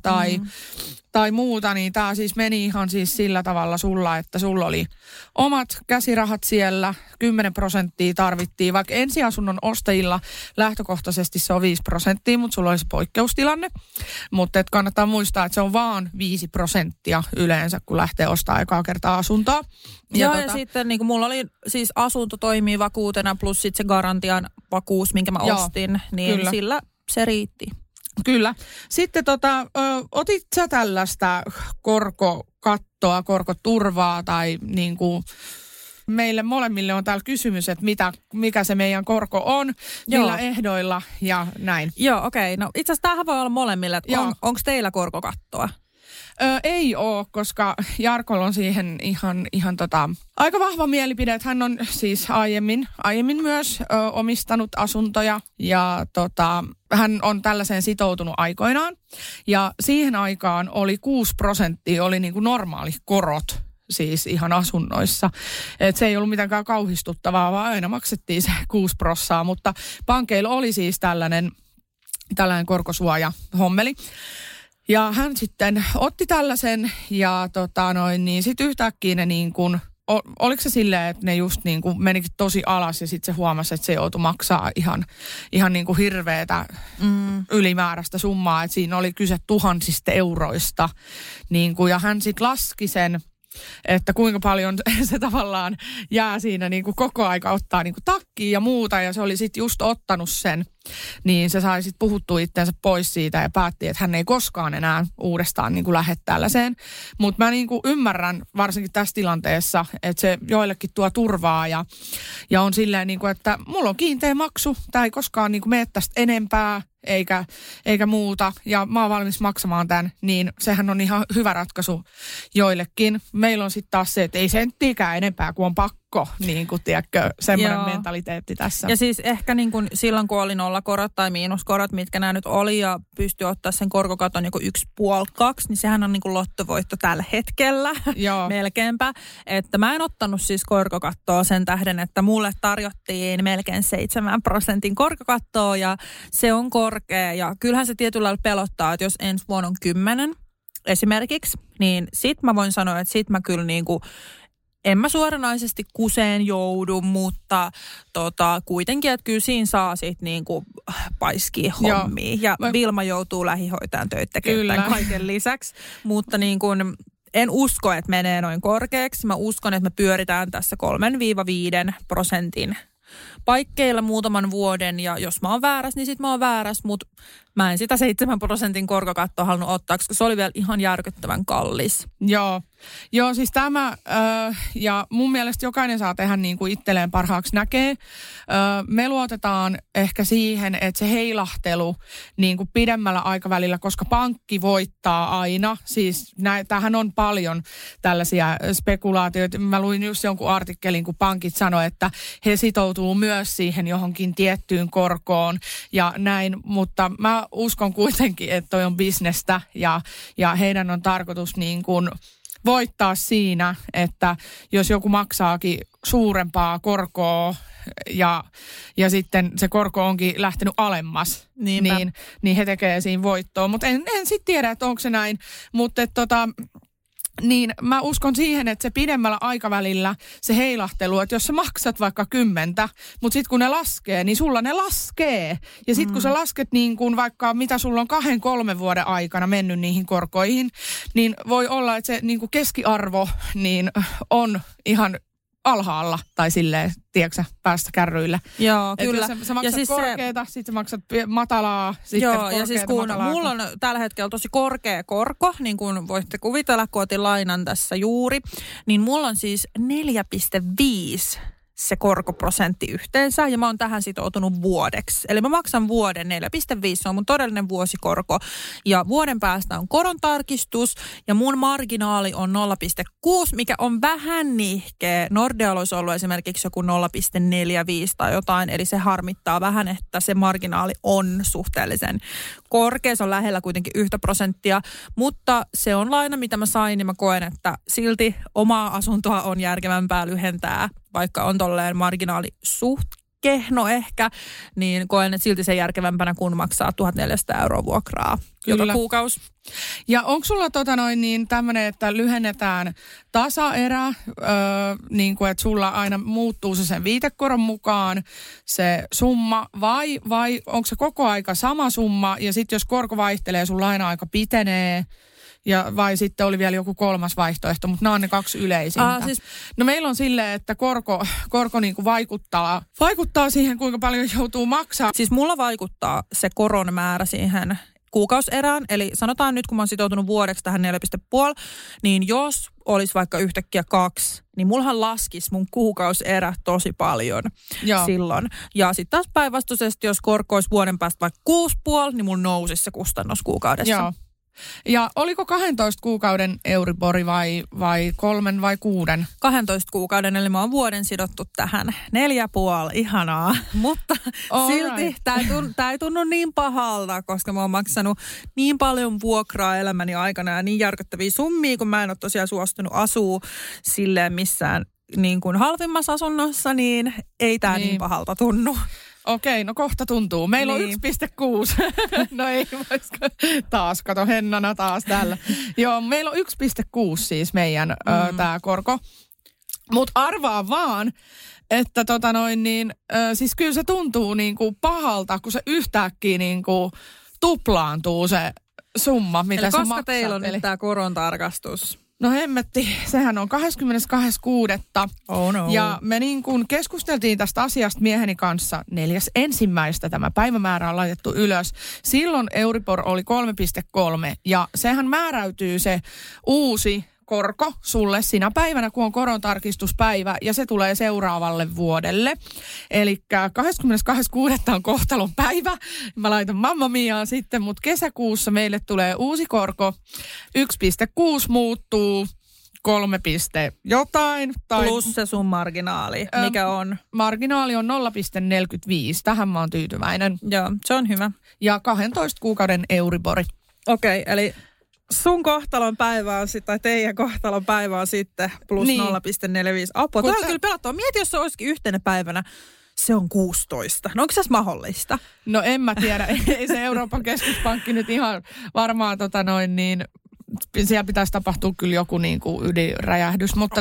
tai muuta, niin tämä siis meni ihan siis sillä tavalla sulla, että sulla oli omat käsirahat siellä, 10% tarvittiin, vaikka ensiasunnon ostajilla lähtökohtaisesti se on 5%, mutta sulla oli se poikkeustilanne. Mutta kannattaa muistaa, että se on vaan 5% yleensä, kun lähtee ostamaan ekaa kertaa asuntoa. Ja sitten niin kuin mulla oli siis asunto toimii vakuutena plus sitten se garantian vakuus, minkä mä ostin, niin kyllä. Sillä se riitti. Kyllä. Sitten otit sä tällaista korkokattoa, korkoturvaa tai niin kuin meille molemmille on täällä kysymys, että mikä se meidän korko on, millä ehdoilla ja näin. Joo, okei. No itse asiassa tämähän voi olla molemmille, että onko teillä korkokattoa? Ei ole, koska Jarkolla on siihen ihan aika vahva mielipide, että hän on siis aiemmin myös omistanut asuntoja ja hän on tällaiseen sitoutunut aikoinaan. Ja siihen aikaan oli 6% oli niin kuin normaali korot siis ihan asunnoissa. Et se ei ollut mitenkään kauhistuttavaa, vaan aina maksettiin se 6%, mutta pankeilla oli siis tällainen korkosuoja hommeli. Ja hän sitten otti tällaisen ja niin sitten yhtäkkiä ne niin kuin, oliko se silleen, että ne just niin kuin menikin tosi alas ja sitten se huomasi, että se joutui maksaa ihan niin kuin hirveätä ylimääräistä summaa, että siinä oli kyse tuhansista euroista. Niin kuin, ja hän sitten laski sen, että kuinka paljon se tavallaan jää siinä niin kuin koko aika ottaa niin kuin takkiin ja muuta. Ja se oli sitten just ottanut sen, niin se sai sitten puhuttua itseensä pois siitä ja päätti, että hän ei koskaan enää uudestaan niin kuin lähde tällaiseen. Mutta mä niin kuin ymmärrän varsinkin tässä tilanteessa, että se joillekin tuo turvaa ja on silleen, niin kuin, että mulla on kiinteä maksu, tämä ei koskaan niin kuin mene tästä enempää. Eikä muuta, ja mä oon valmis maksamaan tämän, niin sehän on ihan hyvä ratkaisu joillekin. Meillä on sitten taas se, että ei senttiikään enempää kuin on pakko, niin kuin tiedätkö, semmoinen mentaliteetti tässä. Ja siis ehkä niin kuin silloin, kun oli nollakorot tai miinuskorot, mitkä nämä nyt oli, ja pystyi ottaa sen korkokaton joku 1,5-2, niin sehän on niin kuin lottovoitto tällä hetkellä, melkeinpä. Että mä en ottanut siis korkokattoa sen tähden, että mulle tarjottiin melkein 7% korkokattoa, ja se on korkea, ja kyllähän se tietyllä lailla pelottaa, että jos ensi vuonna on 10 esimerkiksi, niin sit mä voin sanoa, että sit mä kyllä niinku, en mä suoranaisesti kuseen joudu, mutta kuitenkin, että kyllä siinä saa sit niinku paiskia hommia. Ja Vilma joutuu lähihoitajan töitä tekemään kaiken lisäksi, mutta niin kuin en usko, että menee noin korkeaksi. Mä uskon, että me pyöritään tässä 3-5% paikkeilla muutaman vuoden, ja jos mä oon väärässä, niin sit mä oon väärässä, mutta mä en sitä 7% korkokattoa halunnut ottaa, koska se oli vielä ihan järkyttävän kallis. Joo, siis tämä, ja mun mielestä jokainen saa tehdä niin kuin itselleen parhaaksi näkee. Me luotetaan ehkä siihen, että se heilahtelu niin kuin pidemmällä aikavälillä, koska pankki voittaa aina. Siis tämähän on paljon tällaisia spekulaatioita. Mä luin just jonkun artikkelin, kun pankit sanoi, että he sitoutuu myös siihen johonkin tiettyyn korkoon ja näin, mutta mä uskon kuitenkin, että toi on bisnestä ja heidän on tarkoitus niin kuin voittaa siinä, että jos joku maksaakin suurempaa korkoa ja sitten se korko onkin lähtenyt alemmas, niin he tekee siinä voittoa. Mutta en sitten tiedä, että onko se näin. Mutta Niin mä uskon siihen, että se pidemmällä aikavälillä se heilahtelu, että jos sä maksat vaikka 10, mutta sitten kun ne laskee, niin sulla ne laskee. Ja sitten kun sä lasket niin kuin vaikka mitä sulla on 2-3 vuoden aikana mennyt niihin korkoihin, niin voi olla, että se niin kuin keskiarvo niin on ihan alhaalla tai silleen, tiedätkö päästä kärryille. Joo, kyllä. Sä maksat siis korkeata, sitten sä maksat matalaa, sitten joo, korkeata, ja siis kun matalaa. mulla on tällä hetkellä tosi korkea korko, niin kuin voitte kuvitella, kun otin lainan tässä juuri, niin mulla on siis 4,5 se korkoprosentti yhteensä, ja mä oon tähän sitoutunut vuodeksi. Eli mä maksan vuoden 4,5, se on mun todellinen vuosikorko, ja vuoden päästä on korontarkistus, ja mun marginaali on 0,6, mikä on vähän nihkeä. Nordealla olisi ollut esimerkiksi joku 0,45 tai jotain, eli se harmittaa vähän, että se marginaali on suhteellisen korkea, se on lähellä kuitenkin 1%, mutta se on laina, mitä mä sain, niin mä koen, että silti omaa asuntoa on järkevämpää lyhentää, vaikka on tolleen marginaali suht kehno ehkä, niin koen, että silti se järkevämpänä kuin maksaa 1 400 € vuokraa joka kuukausi. Ja onko sulla niin tämmöinen, että lyhennetään tasaerä, niin kuin että sulla aina muuttuu se sen viitekoron mukaan se summa, vai onko se koko aika sama summa, ja sitten jos korko vaihtelee, sun laina-aika pitenee, vai sitten oli vielä joku 3. vaihtoehto, mutta nämä on ne 2 yleisintä. No meillä on silleen, että korko niin kuin vaikuttaa siihen, kuinka paljon joutuu maksaa. Siis mulla vaikuttaa se koron määrä siihen kuukausierään, eli sanotaan nyt, kun mä oon sitoutunut vuodeksi tähän 4,5, niin jos olisi vaikka yhtäkkiä 2, niin mullahan laskisi mun kuukausierä tosi paljon silloin. Ja sitten taas päinvastaisesti, jos korko olisi vuoden päästä vaikka 6,5, niin mun nousisi se kustannus kuukaudessa. Joo. Ja oliko 12 kuukauden Euribori vai 3 vai 6? 12 kuukauden, eli mä oon vuoden sidottu tähän. 4,5, ihanaa. Mutta silti tää ei tunnu niin pahalta, koska mä oon maksanut niin paljon vuokraa elämäni aikana ja niin järkyttäviä summia, kun mä en ole tosiaan suostunut asua silleen missään niin kuin halvimmassa asunnossa, niin ei tää niin pahalta tunnu. Okei, no kohta tuntuu. Meillä on 1,6. No ei voisiko. Taas, kato Hennana taas täällä. Joo, meillä on 1,6 siis meidän tää korko. Mut arvaa vaan, että siis kyllä se tuntuu niinku pahalta, kun se yhtäkkiä niinku tuplaantuu se summa, mitä sä maksat. Koska teillä on nyt tää korontarkastus? No hemmetti, sehän on 22.6. Oh no. Ja me niin kuin keskusteltiin tästä asiasta mieheni kanssa 4.1. Tämä päivämäärä on laitettu ylös. Silloin Euribor oli 3,3 ja sehän määräytyy se uusi korko sulle sinä päivänä, kun on korontarkistuspäivä, ja se tulee seuraavalle vuodelle. Eli 22.6. on kohtalon päivä. Mä laitan Mamma Miaan sitten, mutta kesäkuussa meille tulee uusi korko. 1,6 muuttuu 3 jotain. Tai plus se sun marginaali, mikä on? Marginaali on 0,45. Tähän mä oon tyytyväinen. Joo, se on hyvä. Ja 12 kuukauden Euribori. Okei, eli sun kohtalon päivä on sitten, tai teidän kohtalon päivä on sitten plus 0,45 apua. Tämä on kyllä pelottavaa. Mieti, jos se olisikin yhtenä päivänä. Se on 16. No onko se mahdollista? No en mä tiedä. Ei se Euroopan keskuspankki nyt ihan varmaan siellä pitäisi tapahtua kyllä joku niin kuin ydinräjähdys. Mutta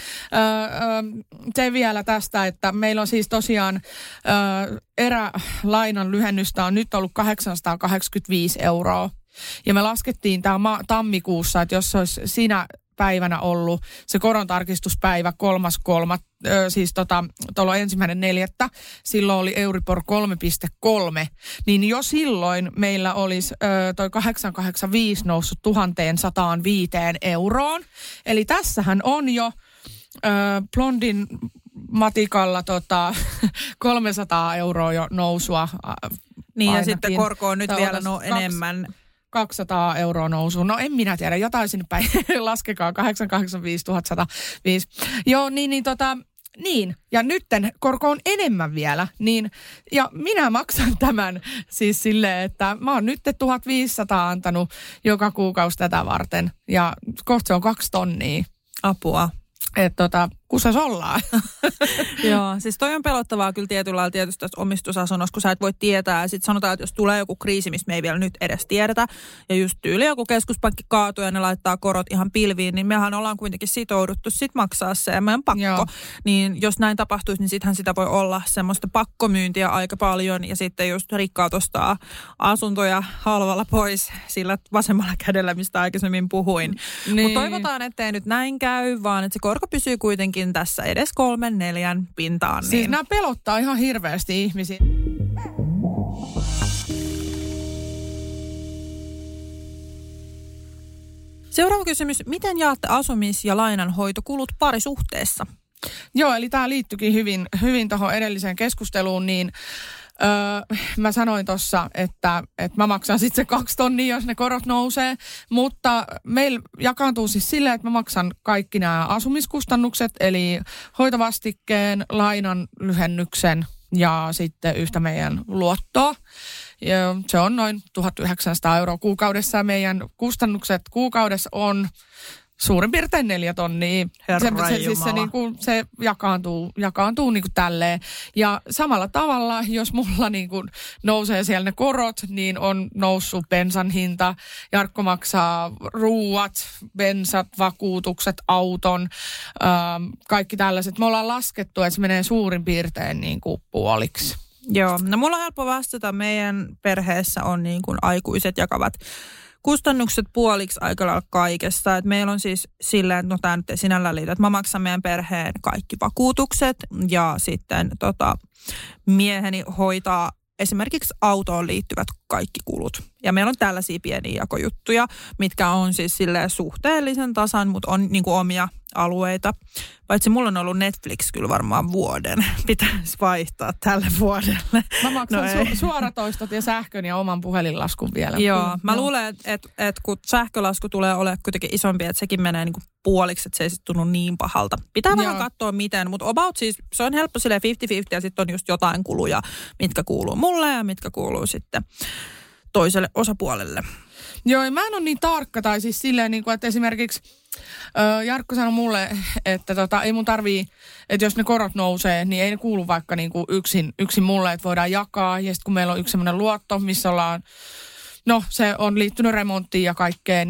se vielä tästä, että meillä on siis tosiaan erälainan lyhennystä on nyt ollut 885 €. Ja me laskettiin tämä tammikuussa, että jos olisi siinä päivänä ollut se korontarkistuspäivä 3.3., siis tuolla 1.4., silloin oli Euribor 3,3, niin jo silloin meillä olisi toi 885 noussut 1,105 €. Eli tässähän on jo blondin matikalla 300 € jo nousua. Niin ainakin. Ja sitten korko on nyt vielä enemmän. 200 € nousu. No en minä tiedä, jotain sinne päin. Laskekaa 885 105. Joo, niin. Ja nytten korko on enemmän vielä. Niin, ja minä maksan tämän siis silleen, että mä oon nyt 1500 antanut joka kuukausi tätä varten. Ja kohta se on 2 tonnia. Apua. Että kusas ollaan. Joo, siis toi on pelottavaa kyllä tietyllä lailla tietysti tässä omistusasunnossa, kun sä et voi tietää. Ja sitten sanotaan, että jos tulee joku kriisi, mistä me ei vielä nyt edes tiedetä, ja just tyyli joku keskuspankki kaatuu ja ne laittaa korot ihan pilviin, niin mehän ollaan kuitenkin sitouduttu sit maksaa se, ja meidän pakko. Joo. Niin jos näin tapahtuisi, niin sittenhän sitä voi olla semmoista pakkomyyntiä aika paljon, ja sitten just rikkaat ostaa asuntoja halvalla pois sillä vasemmalla kädellä, mistä aikaisemmin puhuin. Niin. Mutta toivotaan, ettei nyt näin käy, vaan että se korko pysyy kuitenkin tässä edes 3-4 pintaan. Siis nämä pelottaa ihan hirveästi ihmisiä. Seuraava kysymys. Miten jaatte asumis- ja lainanhoitokulut parisuhteessa? Joo, eli tämä liittyikin hyvin tuohon edelliseen keskusteluun, niin mä sanoin tuossa, että mä maksan sitten se 2 tonnia, jos ne korot nousee, mutta meillä jakaantuu siis silleen, että mä maksan kaikki nämä asumiskustannukset, eli hoitovastikkeen, lainan lyhennyksen ja sitten yhtä meidän luottoa. Ja se on noin 1 900 € kuukaudessa ja meidän kustannukset kuukaudessa on suurin piirtein 4 tonnia. Se jakaantuu niin kuin tälleen. Ja samalla tavalla, jos mulla niin kuin nousee siellä ne korot, niin on noussut bensan hinta. Jarkko maksaa ruuat, bensat, vakuutukset, auton, kaikki tällaiset. Me ollaan laskettu, että se menee suurin piirtein niin kuin puoliksi. Joo, no mulla on helppo vastata. Meidän perheessä on niin kuin aikuiset jakavat kustannukset puoliksi aika lailla kaikessa. Et meillä on siis silleen, että tämä nyt ei sinällään liity, että mä maksan meidän perheen kaikki vakuutukset ja sitten mieheni hoitaa esimerkiksi autoon liittyvät kaikki kulut. Ja meillä on tällaisia pieniä jakojuttuja, mitkä on siis silleen suhteellisen tasan, mutta on niinku omia alueita. Paitsi mulla on ollut Netflix kyllä varmaan vuoden. Pitäisi vaihtaa tälle vuodelle. Mä maksan suoratoistot ja sähkön ja oman puhelinlaskun vielä. Joo, mä luulen, että kun sähkölasku tulee olemaan kuitenkin isompi, että sekin menee niinku puoliksi, että se ei sitten tunnu niin pahalta. Pitää vähän katsoa miten, mutta about siis se on helppo silleen 50-50 ja sitten on just jotain kuluja, mitkä kuuluu mulle ja mitkä kuuluu sitten toiselle osapuolelle. Joo, mä en ole niin tarkka, tai siis silleen, niin kuin, että esimerkiksi Jarkko sanoi mulle, että ei mun tarvii, että jos ne korot nousee, niin ei ne kuulu vaikka niin kuin yksin mulle, että voidaan jakaa. Ja sitten kun meillä on yksi semmoinen luotto, missä ollaan, no se on liittynyt remonttiin ja kaikkeen,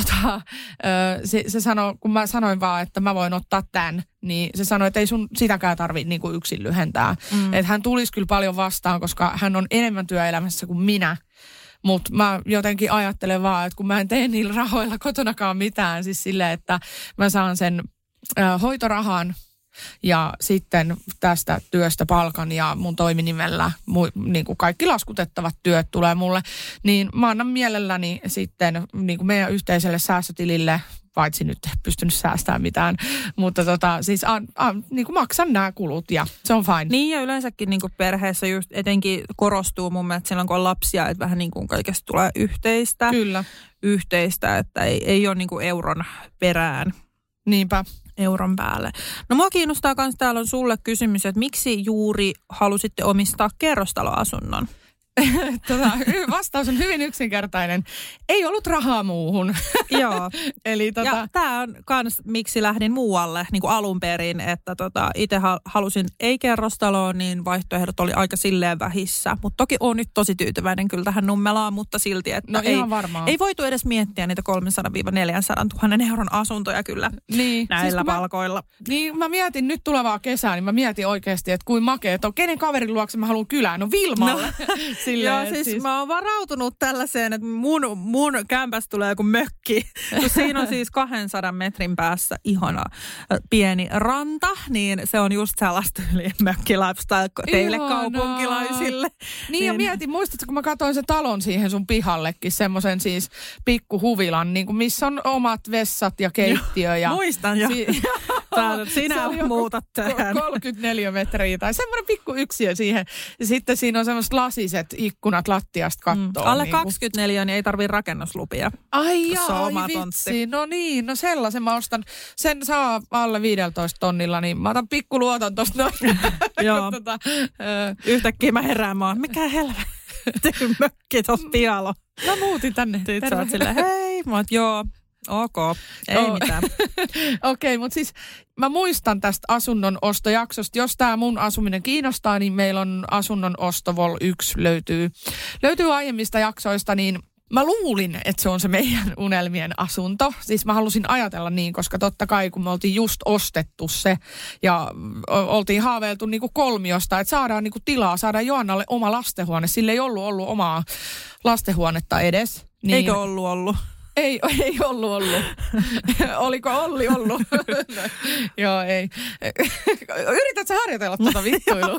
se sanoi, kun mä sanoin vaan, että mä voin ottaa tämän, niin se sanoi, että ei sun sitäkään tarvitse niin kuin yksin lyhentää. Että hän tulisi kyllä paljon vastaan, koska hän on enemmän työelämässä kuin minä. Mutta mä jotenkin ajattelen vaan, että kun mä en tee niillä rahoilla kotonakaan mitään, siis silleen, että mä saan sen hoitorahan ja sitten tästä työstä palkan ja mun toiminimellä niin kuin kaikki laskutettavat työt tulee mulle, niin mä annan mielelläni sitten niin kuin meidän yhteiselle säästötilille, paitsi nyt ei pystynyt säästämään mitään, mutta siis niin kuin maksan nämä kulut ja se on fine. Niin ja yleensäkin niin kuin perheessä just etenkin korostuu mun mielestä silloin kun on lapsia, että vähän niin kuin kaikesta tulee yhteistä. Kyllä. Yhteistä, että ei ole niin kuin euron perään. Niinpä. Euron päälle. No mua kiinnostaa myös, täällä on sulle kysymys, että miksi juuri halusitte omistaa kerrostaloasunnon? Vastaus on hyvin yksinkertainen. Ei ollut rahaa muuhun. Joo. Eli ja tämä on myös, miksi lähdin muualle niin kuin alun perin, että itse halusin ei-kerrostaloon, niin vaihtoehdot oli aika silleen vähissä. Mutta toki olen nyt tosi tyytyväinen kyllä tähän Nummelaan, mutta silti, että ei voitu edes miettiä niitä 300-400 000 euron asuntoja kyllä näillä siis palkoilla. Mä mietin nyt tulevaa kesää, niin mä mietin oikeasti, että kuin makea, että kenen kaverin luokse mä haluan kylään? No Vilmalle. No. Joo, siis mä oon varautunut tällaiseen, että mun kämpästä tulee joku mökki. Kun siinä on siis 200 metrin päässä ihana pieni ranta, niin se on just sellaista mökkilifestyle teille kaupunkilaisille. Niin ja mietin, muistatko kun mä katsoin sen talon siihen sun pihallekin, semmoisen siis pikkuhuvilan, niin kuin missä on omat vessat ja keittiö. Ja muistan jo. Sinä muutat tähän. 34 metriä tai semmoinen pikku yksiö siihen. Ja sitten siinä on semmoiset lasiset ikkunat lattiasta kattoon. Alle 24 niin ei tarvitse rakennuslupia. Ai vitsi. No niin, no sellaisen mä ostan. Sen saa alle 15 tonnilla, niin mä otan pikku luoton tosta noin. Joo. Yhtäkkiä mä herään, mikä helvetti mökki tossa pialo. Mä muutin tänne. Sitten sä oot silleen, hei. Mä oot, joo. Ok, ei mitään. Okei, mutta siis mä muistan tästä asunnon ostojaksosta. Jos tää mun asuminen kiinnostaa, niin meillä on asunnon osto Vol 1 löytyy aiemmista jaksoista, niin mä luulin, että se on se meidän unelmien asunto. Siis mä halusin ajatella niin, koska totta kai kun me oltiin just ostettu se ja oltiin haaveiltu niinku kolmiosta, että saadaan niinku tilaa, saadaan Joannalle oma lastenhuone. Sillä ei ollut omaa lastenhuonetta edes. Niin... Eikö ollut? Ei ollut. Oliko Olli ollut? No, joo, ei. Yritätkö harjoitella tuota vittuilua?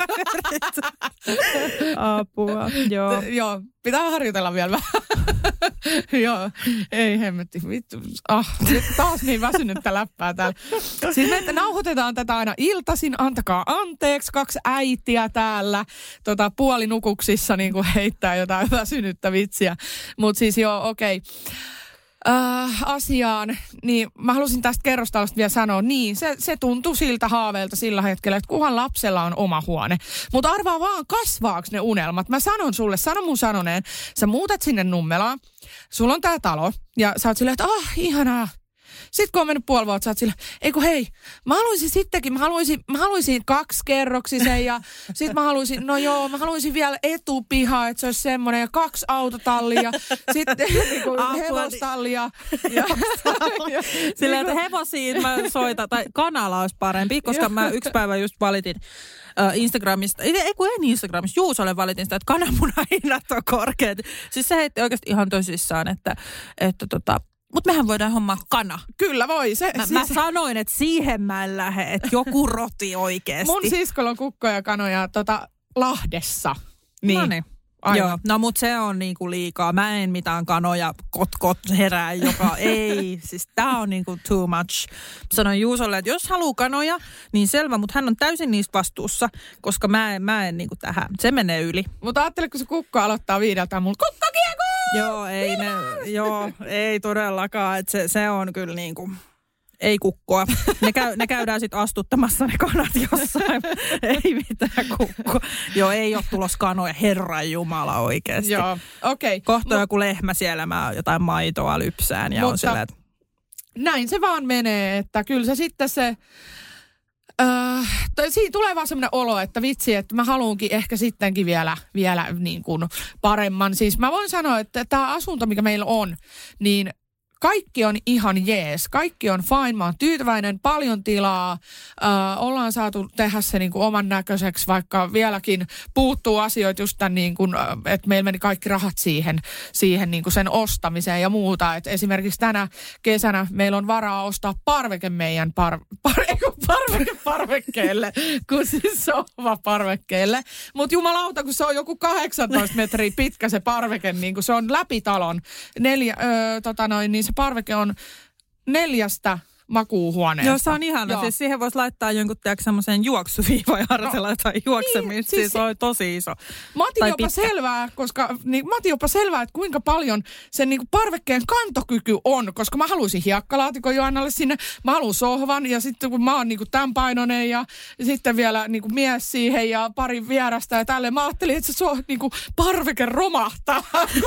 Apua, joo. Joo, pitää harjoitella vielä vähän. Joo, ei hemmetti, vittu. Taas niin väsynyttä läppää täällä. Siis me nauhoitetaan tätä aina iltaisin, antakaa anteeksi, 2 äitiä täällä puolinukuksissa niin kuin heittää jotain väsynyttä vitsiä. Mutta siis joo, okei. Asiaan, niin mä halusin tästä kerrostalosta vielä sanoa, niin se tuntui siltä haaveelta sillä hetkellä, että kunhan lapsella on oma huone. Mutta arvaa vaan, kasvaaks ne unelmat. Mä sanon sulle, sano mun sanoneen, sä muutat sinne Nummelaan, sulla on tää talo, ja sä oot silleen, että ihanaa. Sitten kun on mennyt puoli vuotta, sä oot sillä, hei, mä haluaisin 2-kerroksisen ja sit mä haluaisin vielä etupihaa, että se olisi semmoinen ja 2 autotallia, sitten hevostallia. Silleen, että hevosiin mä soitan, tai kanala olisi parempi, koska mä yksi päivä just valitin Instagramista, en Instagramista, Juusolle valitin sitä, että kananmunahinnat on korkeat. Siis se heitti oikeasti ihan tosissaan, että mutta mehän voidaan hommaa kana. Kyllä voi. Mä sanoin, että siihen mä en lähde, että joku roti oikeasti. Mun siskolla on kukkoja ja kanoja Lahdessa. Niin. Noniin. Joo, no mut se on niinku liikaa. Mä en mitään kanoja kot herää, joka ei. Siis tää on niinku too much. Sanoin Juusolle, että jos haluu kanoja, niin selvä, mutta hän on täysin niistä vastuussa, koska mä en niinku tähän. Se menee yli. Mutta ajattele, kun se kukko aloittaa 5 mulla kukkokiekko! Joo, ei todellakaan. Että se on kyllä niinku... Ei kukkoa. Ne käydään sitten astuttamassa ne kanat jossain. Ei mitään kukkoa. Joo, ei ole tulos kanoja. Herran Jumala oikeasti. Joo, okei. Okay. Kohta joku lehmä siellä, mä jotain maitoa lypsään ja on sillä, että... Näin se vaan menee, että kyllä se sitten se... Siinä tulee vaan semmoinen olo, että vitsi, että mä haluankin ehkä sittenkin vielä niin kuin paremman. Siis mä voin sanoa, että tämä asunto, mikä meillä on, niin kaikki on ihan jees. Kaikki on fine. Mä oon tyytyväinen, paljon tilaa. Ollaan saatu tehdä se niin kuin oman näköiseksi, vaikka vieläkin puuttuu asioita just tämän niin kuin, että meillä meni kaikki rahat siihen niin kuin sen ostamiseen ja muuta. Et esimerkiksi tänä kesänä meillä on varaa ostaa parveke meidän parvekkeelle, kun siis sohva parvekkeelle. Mutta jumalauta, kun se on joku 18 metriä pitkä se parveke, niin kuin se on läpi talon. Niin se parveke on 4 makuuhuoneesta. Joo, se on ihana. Siis siihen voisi laittaa jonkun semmoisen juoksuviivan ja harjoitella jotain juoksemista. Siis se on tosi iso. Mä otin jopa selvää, että kuinka paljon sen niinku parvekkeen kantokyky on, koska mä haluaisin hiekkalaatikon Joannalle sinne, mä haluan sohvan ja sitten kun mä oon niinku tämän painoinen ja sitten vielä niinku mies siihen ja pari vierasta ja tälleen. Mä ajattelin, että se niinku parveke romahtaa.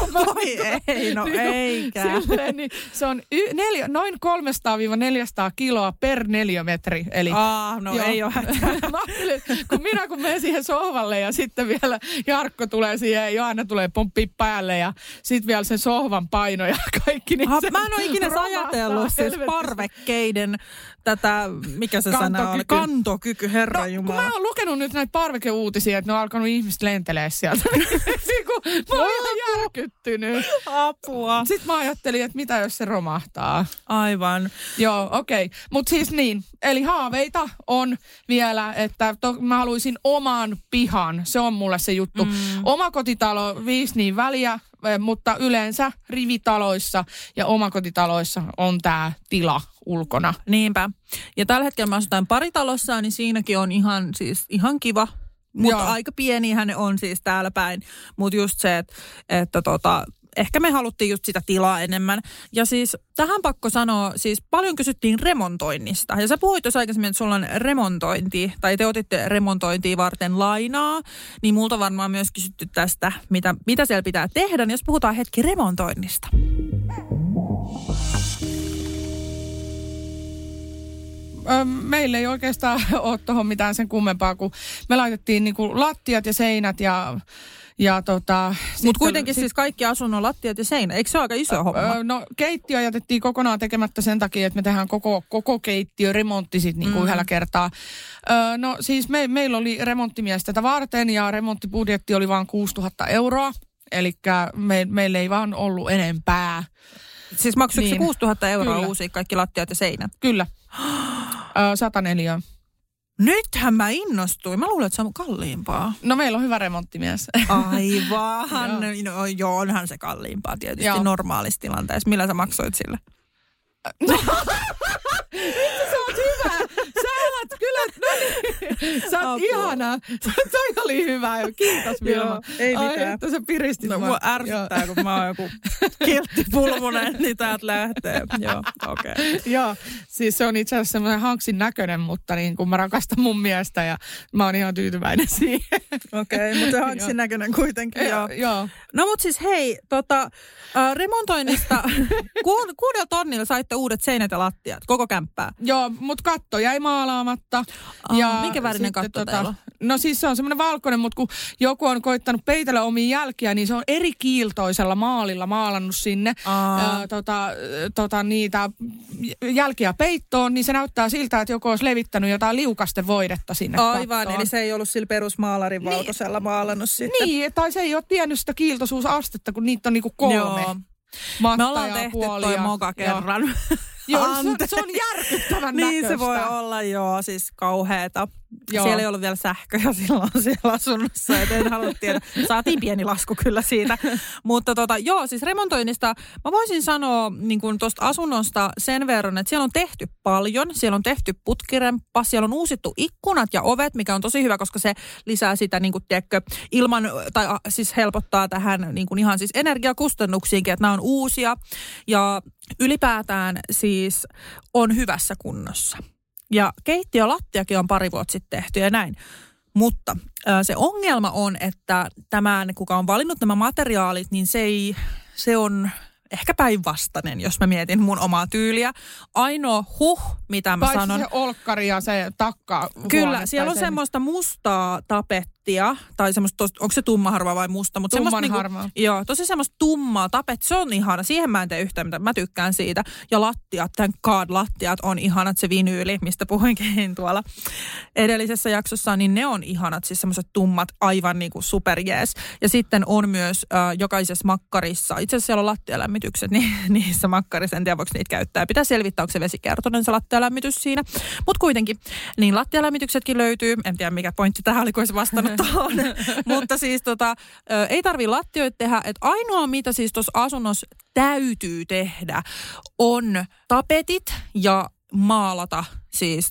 Ei, no eikä. Silleen, niin se on noin 300-400 kiloa per neliömetri. Eli, ei ole hätää. Mä ajattelin, kun menen siihen sohvalle ja sitten vielä Jarkko tulee siihen ja Joanna tulee pomppii päälle ja sitten vielä sen sohvan paino ja kaikki. Niin mä en ole ikinä ajatellut siis parvekkeiden tätä, mikä se sana oli? Kantokyky, herra Jumala. Kun mä oon lukenut nyt näitä parvekeuutisia, että ne on alkanut ihmiset lentelee sieltä. Mä oon ihan järkyttynyt. Apua. Sitten mä ajattelin, että mitä jos se romahtaa. Aivan. Joo, okei. Mutta siis niin, eli haaveita on vielä, että mä haluaisin oman pihan. Se on mulle se juttu. Omakotitalo 5 niin väliä, mutta yleensä rivitaloissa ja omakotitaloissa on tää tila ulkona. Niinpä. Ja tällä hetkellä mä asutaan paritalossa, niin siinäkin on ihan kiva. Mutta aika pienihän ne on siis täällä päin. Mutta just se, että ehkä me haluttiin just sitä tilaa enemmän. Ja siis tähän pakko sanoa, siis paljon kysyttiin remontoinnista. Ja sä puhuit jos aikaisemmin, että sulla on remontointi, tai te otitte remontointia varten lainaa, niin multa varmaan myös kysytty tästä, mitä siellä pitää tehdä. Niin jos puhutaan hetki remontoinnista. meillä ei oikeastaan ole tuohon mitään sen kummempaa, kun me laitettiin niinku lattiat ja seinät ja Mutta kuitenkin siis kaikki asunnon lattiat ja seinät, eikö se ole aika iso homma? No keittiö jätettiin kokonaan tekemättä sen takia, että me tehdään koko keittiö remontti sitten niinku yhdellä kertaa. No siis meillä oli remonttimies tätä varten ja remonttibudjetti oli vain 6 000 euroa. Eli meillä ei vaan ollut enempää. Siis maksuiko niin. se 6 000 euroa Kyllä. uusia kaikki lattiat ja seinät? Kyllä. 104. Nythän mä innostuin. Mä luulen, että se on kalliimpaa. No meillä on hyvä remonttimies. Aivan. No, joo, onhan se kalliimpaa tietysti joo. Normaalissa tilanteessa. Millä sä maksoit sille? Sä oot hyvä. Sä alat kyllä. No niin. Sä oot ihana. Toi oli hyvä. Kiitos Vilma. Joo, ei mitään. Ai, että sä piristit. No mua ärsyttää, kun mä oon joku kilttipulmunen, niin täältä lähtee. Joo, okei. Okay. Joo, siis se on itse asiassa semmoinen hanksin näköinen, mutta niin kuin mä rakastan mun miestä ja mä oon ihan tyytyväinen siihen. Okei, mutta hanksin näköinen kuitenkin. Joo. No mut siis hei, remontoinnista 6 000 saitte uudet seinät ja lattiat, koko kämppää. Joo, mutta katto jäi maalaamatta. Minkä värinen katto teillä on? No siis se on semmoinen valkoinen, mutta kun joku on koittanut peitellä omia jälkiä, niin se on eri kiiltoisella maalilla maalannut sinne niitä jälkiä peittoon, niin se näyttää siltä, että joku olisi levittänyt jotain liukastevoidetta sinne Aivan, kattoon. eli se ei ollut sillä perusmaalarin valkoisella maalannut sitten. Niin, tai se ei ole tiennyt sitä kiiltoisuusastetta, kun niitä on niinku 3. Joo. Me ollaan tehty toi moka kerran. Joo, se on järkyttävän näköistä. Niin se voi olla, joo, siis kauheeta. Joo. Siellä ei ollut vielä sähköjä silloin siellä asunnossa, et en halua tiedä. Saatiin pieni lasku kyllä siitä. Mutta joo, siis remontoinnista mä voisin sanoa niin kuin tuosta asunnosta sen verran, että siellä on tehty paljon. Siellä on tehty putkiremppa, siellä on uusittu ikkunat ja ovet, mikä on tosi hyvä, koska se lisää sitä niin kuin tiedätkö, ilman, tai siis helpottaa tähän niin kuin ihan siis energiakustannuksiinkin, että nämä on uusia. Ja ylipäätään siis on hyvässä kunnossa. Ja keittiölattiakin on pari vuotta sitten tehty ja näin. Mutta se ongelma on, että kuka on valinnut nämä materiaalit, niin se on ehkä päinvastainen, jos mä mietin mun omaa tyyliä. Ainoa mitä mä sanon. Se olkkari ja se takka. Kyllä, siellä on semmoista mustaa tapettia, tai semmoista, onko se tummaharmaa vai musta? Tummanharmaa. Joo, tosi semmoista tummaa tapettia, se on ihana. Siihen mä en tee yhtään mitään, mä tykkään siitä. Ja lattiat, thank God, lattiat on ihanat, se vinyyli, mistä puhuinkin tuolla edellisessä jaksossa, niin ne on ihanat, siis semmoiset tummat, aivan niinku superjees. Ja sitten on myös jokaisessa makkarissa, itse asiassa siellä on lattialämmitykset, niin niissä makkarissa, en tiedä voiko niitä käyttää. Pitää selvittää, onko se vesikertoinen se lattialämmitys siinä. Mutta kuitenkin, niin lattialämmityksetkin löytyy. En tiedä, mikä pointti tähän oli, kun olisi vastannut tuohon. Mutta siis ei tarvitse lattioita tehdä. Että ainoa, mitä siis tuossa asunnossa täytyy tehdä, on tapetit ja maalata siis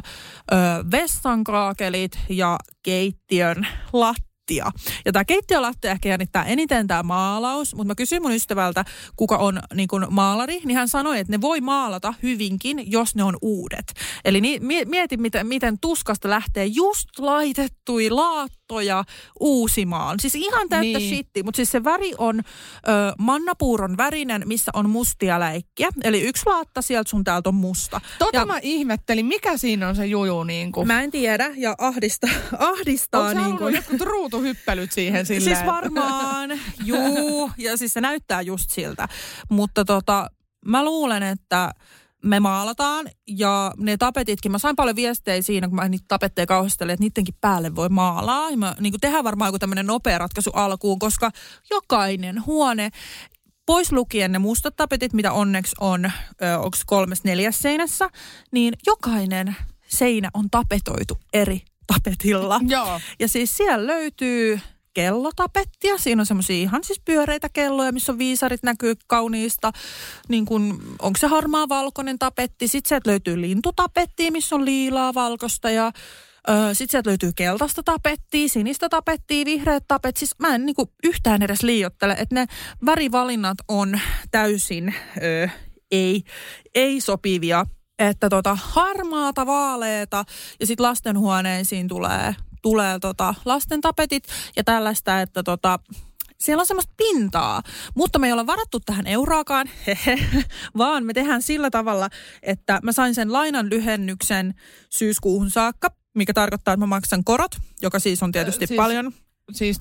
vessankraakelit ja keittiön lattia. Ja tämä keittiölattia ehkä jännittää eniten tämä maalaus, mutta mä kysyin mun ystävältä, kuka on niin kun maalari, niin hän sanoi, että ne voi maalata hyvinkin, jos ne on uudet. Eli mieti, miten tuskasta lähtee just laitettui laattoja uusimaan. Siis ihan täyttä shitti, mutta siis se väri on mannapuuron värinen, missä on mustia läikkiä. Eli yksi laatta sieltä sun täältä on musta. Mä ihmettelin, mikä siinä on se juju niin kuin? Mä en tiedä ja ahdistaa niin kuin. Jotkut ruutuhyppelyt siihen silleen? Siis varmaan, juu. Ja siis se näyttää just siltä. Mutta mä luulen, että me maalataan ja ne tapetitkin, mä sain paljon viestejä siinä, kun mä niitä tapetteja kauhistelin, että niidenkin päälle voi maalaa. Ja mä niin kuin tehdään varmaan joku tämmöinen nopea ratkaisu alkuun, koska jokainen huone, pois lukien ne mustat tapetit, mitä onneksi on, onko 3-4 seinässä, niin jokainen seinä on tapetoitu eri tapetilla. Joo. Ja siis siellä löytyy kellotapettia. Siinä on semmoisia ihan siis pyöreitä kelloja, missä on viisarit näkyy kauniista. Niin kuin, onko se harmaa valkoinen tapetti. Sitten sieltä löytyy lintutapettia, missä on liilaa valkoista ja sitten sieltä löytyy keltaista tapettia, sinistä tapettia, vihreät tapet. Siis mä en niinku yhtään edes liioittele, että ne värivalinnat on täysin ei sopivia. Että harmaata, vaaleeta ja sitten lastenhuoneisiin tulee lasten tapetit ja tällaista, että siellä on semmoista pintaa, mutta me ei olla varattu tähän euroakaan, vaan me tehdään sillä tavalla, että mä sain sen lainan lyhennyksen syyskuuhun saakka, mikä tarkoittaa, että mä maksan korot, joka siis on tietysti paljon. Siis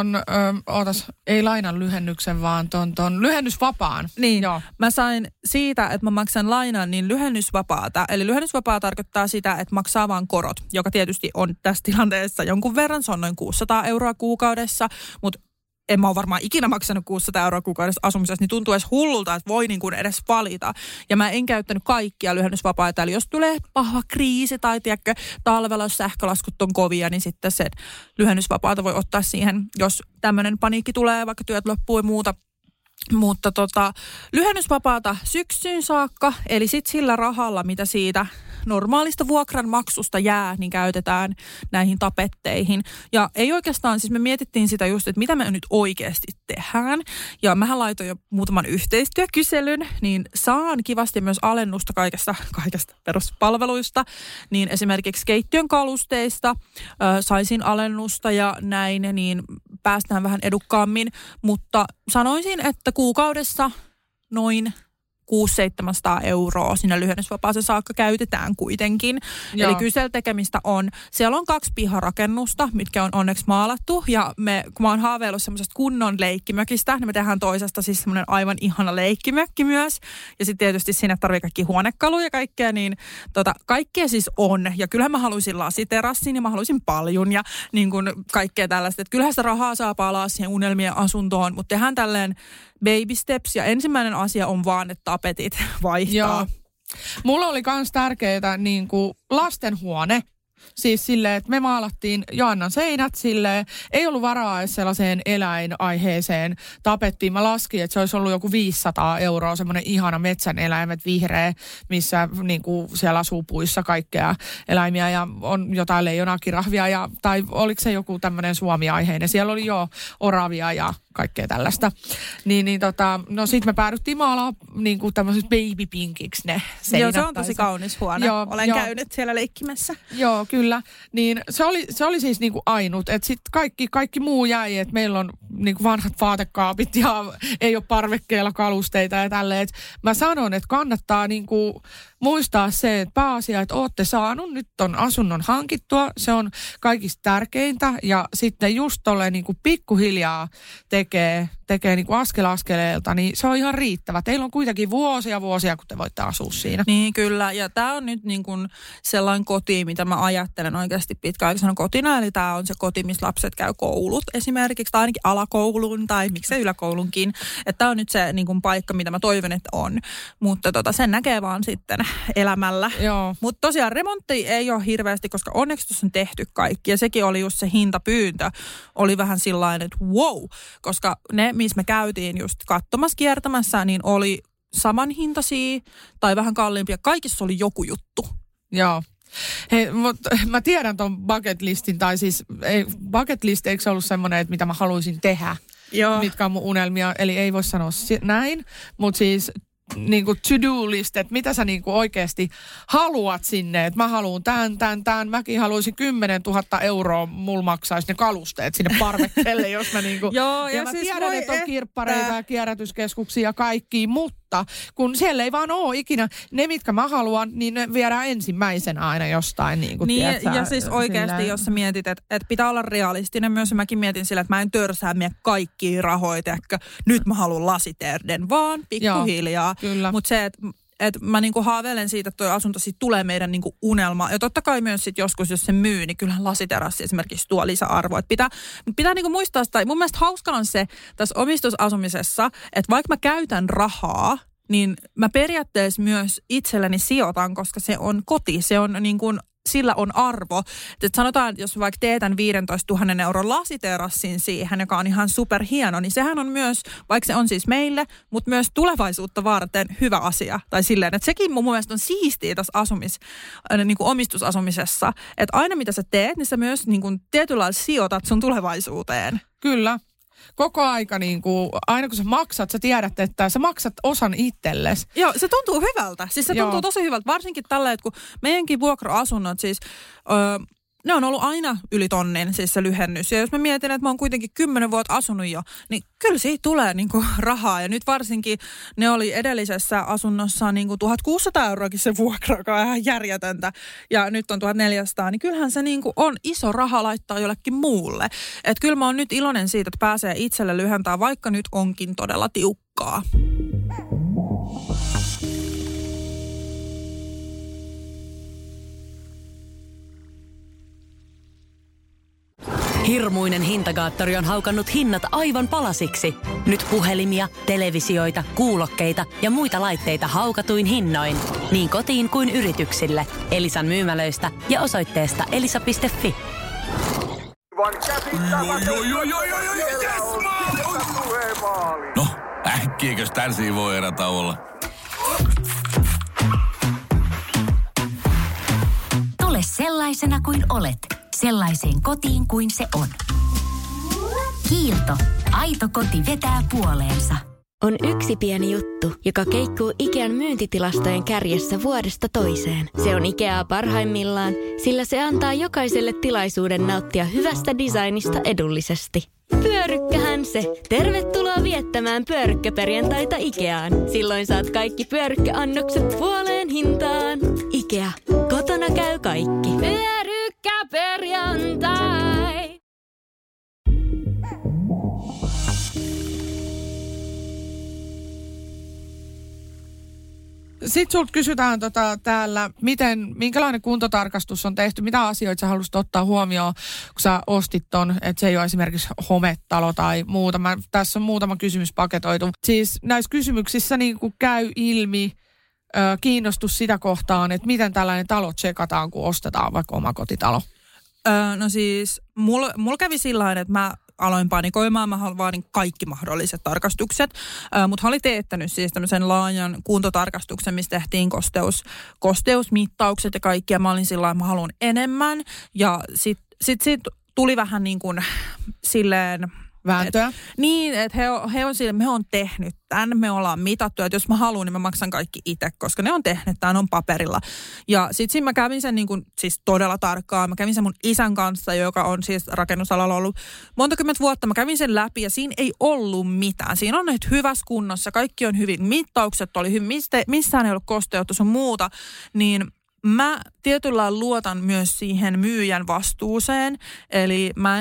ei lainan lyhennyksen, vaan ton lyhennysvapaan. Niin, joo. Mä sain siitä, että mä maksan lainan, niin lyhennysvapaata. Eli lyhennysvapaa tarkoittaa sitä, että maksaa vaan korot, joka tietysti on tässä tilanteessa jonkun verran. Se on noin 600 euroa kuukaudessa, mutta en mä ole varmaan ikinä maksanut 600 euroa kuukaudessa asumisessa, niin tuntuu edes hullulta, että voi niin kuin edes valita. Ja mä en käyttänyt kaikkia lyhennysvapaita, eli jos tulee paha kriisi tai tiedätkö, talvella, jos sähkölaskut on kovia, niin sitten se lyhennysvapaata voi ottaa siihen, jos tämmöinen paniikki tulee, vaikka työt loppuu ja muuta. Mutta lyhennysvapaata syksyyn saakka, eli sitten sillä rahalla, mitä siitä normaalista vuokran maksusta jää, niin käytetään näihin tapetteihin. Ja ei oikeastaan, siis me mietittiin sitä just, että mitä me nyt oikeasti tehdään. Ja mähän laitoin jo muutaman yhteistyökyselyn, niin saan kivasti myös alennusta kaikesta peruspalveluista. Niin esimerkiksi keittiön kalusteista saisin alennusta ja näin, niin päästään vähän edukkaammin. Mutta sanoisin, että kuukaudessa noin 600-700 euroa siinä lyhennysvapaaseen saakka käytetään kuitenkin. Joo. Eli kysel tekemistä on. Siellä on 2 piharakennusta, mitkä on onneksi maalattu. Ja kun mä oon haaveillut semmoisesta kunnon leikkimökistä, niin me tehdään toisesta siis semmoinen aivan ihana leikkimökki myös. Ja sitten tietysti sinne tarvii kaikki huonekaluja ja kaikkea, niin kaikkea siis on. Ja kyllähän mä haluaisin lasiterassin ja mä haluaisin paljon ja niin kuin kaikkea tällaista. Että kyllähän sitä rahaa saa palaa siihen unelmien asuntoon, mutta tehdään tälleen baby steps ja ensimmäinen asia on vaan, että tapetit vaihtaa. Joo. Mulla oli kans tärkeää niin kuin lastenhuone. Siis silleen, että me maalattiin Joannan seinät silleen, ei ollut varaa edes sellaiseen eläinaiheeseen tapettiin. Mä laskin, että se olisi ollut joku 500 euroa, semmoinen ihana metsän eläimet vihreä, missä niin kuin siellä asuu puissa kaikkea eläimiä ja on jotain leijonakirahvia tai oliko se joku tämmöinen Suomi-aiheinen. Siellä oli jo oravia ja kaikkea tällaista. No sit me päädyttiin maalaa niin kuin tämmöisessä babypinkiksi ne seinät. Joo, se on tosi kaunis huone. Joo, olen käynyt siellä leikkimässä. Joo, kyllä. Niin se oli siis niin kuin ainut, että sit kaikki muu jäi, että meillä on niin kuin vanhat vaatekaapit ja ei ole parvekkeella kalusteita ja tälleen. Et mä sanon, että kannattaa niin kuin muistaa se, että pääasia, että ootte saanut nyt ton asunnon hankittua. Se on kaikista tärkeintä ja sitten just tolleen niin kuin pikkuhiljaa tekee niin kuin askel askeleelta, niin se on ihan riittävä. Teillä on kuitenkin vuosia, kun te voitte asua siinä. Niin kyllä, ja tämä on nyt niin kuin sellainen koti, mitä mä ajattelen oikeasti pitkäaikaisena kotina, eli tämä on se koti, missä lapset käy koulut esimerkiksi, tai ainakin alakoulun, tai miksei yläkoulunkin. Että tämä on nyt se niin kuin paikka, mitä mä toivon, että on. Mutta sen näkee vaan sitten elämällä. Mutta tosiaan remontti ei ole hirveästi, koska onneksi tuossa on tehty kaikki, ja sekin oli just se hintapyyntö, oli vähän sillainen, että wow, koska ne, missä me käytiin just katsomassa, kiertämässä, niin oli samanhintaisia tai vähän kalliimpia. Kaikissa oli joku juttu. Joo. Hei, mutta mä tiedän ton bucket listin, tai siis bucket list, eikö se ollut semmoinen, että mitä mä haluaisin tehdä? Joo. Mitkä on mun unelmia, eli ei voi sanoa näin, mutta siis niin kuin to-do-list, että mitä sä niin kuin oikeasti haluat sinne, että mä haluan tämän, mäkin haluaisin 10 000 euroa, mulla maksaisi ne kalusteet sinne parvekkeelle, jos mä niin kuin, joo, ja mä siis tiedän, että on kirppareita ja kierrätyskeskuksia ja kaikkia, mutta kun siellä ei vaan ole ikinä, ne mitkä mä haluan, niin ne viedään ensimmäisenä aina jostain. Niin, kuin, niin tiedätkö, ja siis oikeasti, silleen, jos sä mietit, että pitää olla realistinen myös, ja mäkin mietin sillä, että mä en törsää meidän kaikkia rahoita, että nyt mä haluan lasiterden, vaan pikkuhiljaa. Mutta se, että mä niinku haaveilen siitä, että toi asunto siitä tulee meidän niinku unelma. Ja totta kai myös sit joskus, jos se myy, niin kyllähän lasiterassi esimerkiksi tuo lisäarvoa. Pitää niinku muistaa sitä. Mun mielestä hauska on se tässä omistusasumisessa, että vaikka mä käytän rahaa, niin mä periaatteessa myös itselleni sijoitan, koska se on koti. Se on niin kuin, sillä on arvo. Että sanotaan, jos vaikka teetän 15 000 euron lasiterassin siihen, joka on ihan superhieno, niin sehän on myös, vaikka se on siis meille, mutta myös tulevaisuutta varten hyvä asia. Tai silleen, että sekin mun mielestä on siistiä tässä niin kuin omistusasumisessa. Että aina mitä sä teet, niin sä myös niin kuin tietyllä lailla sijoitat sun tulevaisuuteen. Kyllä. Koko aika niin kuin, aina kun sä maksat, sä tiedät, että sä maksat osan itsellesi. Joo, se tuntuu hyvältä. Siis se tuntuu tosi hyvältä, varsinkin tällä, että kun meidänkin vuokra-asunnot siis ne on ollut aina yli 1 000 siis se lyhennys. Ja jos mä mietin, että mä oon kuitenkin 10 vuotta asunut jo, niin kyllä siitä tulee niinku rahaa. Ja nyt varsinkin ne oli edellisessä asunnossa niinku 1600 euroakin se vuokra, joka on ihan järjetöntä. Ja nyt on 1400, niin kyllähän se niinku on iso raha laittaa jollekin muulle. Että kyllä mä oon nyt iloinen siitä, että pääsee itselle lyhentää, vaikka nyt onkin todella tiukkaa. Hirmuinen hintakaattori on haukannut hinnat aivan palasiksi. Nyt puhelimia, televisioita, kuulokkeita ja muita laitteita haukatuin hinnoin. Niin kotiin kuin yrityksille. Elisan myymälöistä ja osoitteesta elisa.fi. No, äkkiäkös tän voi erätauolla? Tule sellaisena kuin olet, sellaiseen kotiin kuin se on. Kiilto. Aito koti vetää puoleensa. On yksi pieni juttu, joka keikkuu Ikean myyntitilastojen kärjessä vuodesta toiseen. Se on Ikeaa parhaimmillaan, sillä se antaa jokaiselle tilaisuuden nauttia hyvästä designista edullisesti. Pyörykkähän se! Tervetuloa viettämään pyörykkäperjantaita Ikeaan. Silloin saat kaikki pyörykkäannokset puoleen hintaan. Ikea. Kotona käy kaikki. Pyörykkäperjantai! Sitten sulta kysytään täällä, minkälainen kuntotarkastus on tehty, mitä asioita sä haluaisit ottaa huomioon, kun sä ostit ton, että se ei ole esimerkiksi hometalo tai muuta. Tässä on muutama kysymys paketoitu. Siis näissä kysymyksissä niin kuin käy ilmi kiinnostus sitä kohtaan, että miten tällainen talo tsekataan, kun ostetaan vaikka omakotitalo. No siis, mulla kävi sillain, että mä aloin panikoimaan, mä vaadin kaikki mahdolliset tarkastukset, mutta hän oli teettänyt siis tämmöisen laajan kuntotarkastuksen, missä tehtiin kosteusmittaukset ja kaikki, ja mä olin sillain, mä haluan enemmän, ja sit tuli vähän niin kuin silleen vääntöä. Niin, että he on sille, me on tehnyt tämän, me ollaan mitattu, että jos mä haluan, niin mä maksan kaikki itse, koska ne on tehnyt, tämän on paperilla. Ja sitten mä kävin sen niin kuin, siis todella tarkkaan, mä kävin sen mun isän kanssa, joka on siis rakennusalalla ollut montakymmentä vuotta, mä kävin sen läpi ja siinä ei ollut mitään. Siinä on nyt hyvässä kunnossa, kaikki on hyvin, mittaukset oli hyvin, missään ei ollut kosteutta sun muuta, niin mä tietyllä luotan myös siihen myyjän vastuuseen, eli mä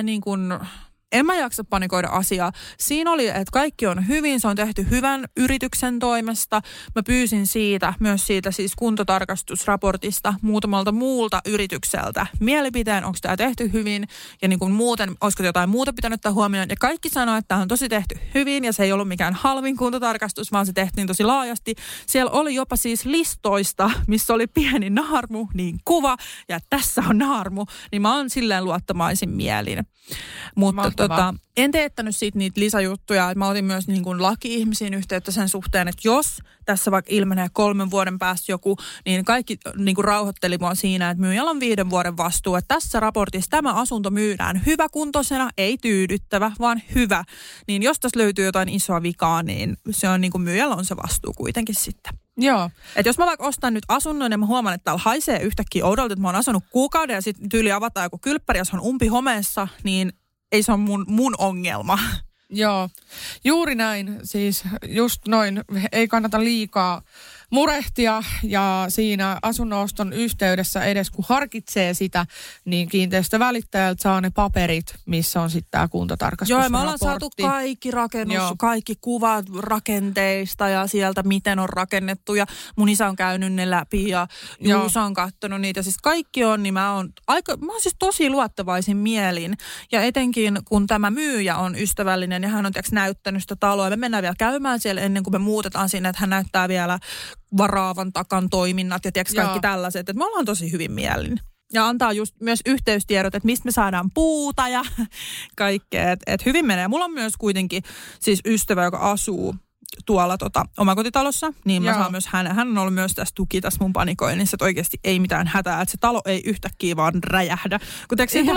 en mä jaksa panikoida asiaa. Siinä oli, että kaikki on hyvin, se on tehty hyvän yrityksen toimesta. Mä pyysin myös siitä siis kuntotarkastusraportista muutamalta muulta yritykseltä mielipiteen, onko tämä tehty hyvin ja niin kuin muuten, olisiko jotain muuta pitänyt ottaa huomioon. Ja kaikki sanoo, että tämä on tosi tehty hyvin ja se ei ollut mikään halvin kuntotarkastus, vaan se tehtiin tosi laajasti. Siellä oli jopa siis listoista, missä oli pieni naarmu, niin kuva ja tässä on naarmu, niin mä oon silleen luottamaisin mielin. Mutta en teettänyt siitä niitä lisäjuttuja. Mä otin myös niin kuin laki-ihmisiin yhteyttä sen suhteen, että jos tässä vaikka ilmenee 3 vuoden päästä joku, niin kaikki niin kuin rauhoitteli mua siinä, että myyjällä on 5 vuoden vastuu. Että tässä raportissa tämä asunto myydään hyväkuntoisena, ei tyydyttävä, vaan hyvä. Niin jos tässä löytyy jotain isoa vikaa, niin se on niin kuin myyjällä on se vastuu kuitenkin sitten. Joo. Että jos mä vaikka ostan nyt asunnon ja mä huomaan, että täällä haisee yhtäkkiä oudolta, että mä oon asunut kuukauden ja sitten tyyli avataan joku kylppäri ja se on umpihomeessa, niin ei se ole mun ongelma. Joo, juuri näin. Siis just noin, ei kannata liikaa murehtia ja siinä asunnonoston yhteydessä edes kun harkitsee sitä, niin kiinteistövälittäjältä saa ne paperit, missä on sitten tämä kuntotarkastusraportti. Joo, me ollaan saatu kaikki kaikki kuvat rakenteista ja sieltä miten on rakennettu ja mun isä on käynyt ne läpi ja Juusa on katsonut niitä. Siis kaikki on, niin mä oon siis tosi luottavaisin mielin ja etenkin kun tämä myyjä on ystävällinen ja hän on näyttänyt sitä taloa ja me mennään vielä käymään siellä ennen kuin me muutetaan sinne, että hän näyttää vielä varaavan takan toiminnat ja kaikki tällaiset, että me ollaan tosi hyvin mielin. Ja antaa just myös yhteystiedot, että mistä me saadaan puuta ja kaikkea, että hyvin menee. Mulla on myös kuitenkin siis ystävä, joka asuu tuolla omakotitalossa, niin mä saan myös hän on ollut myös tässä tuki tässä mun panikoinnissa, että oikeasti ei mitään hätää, että se talo ei yhtäkkiä vaan räjähdä. Kun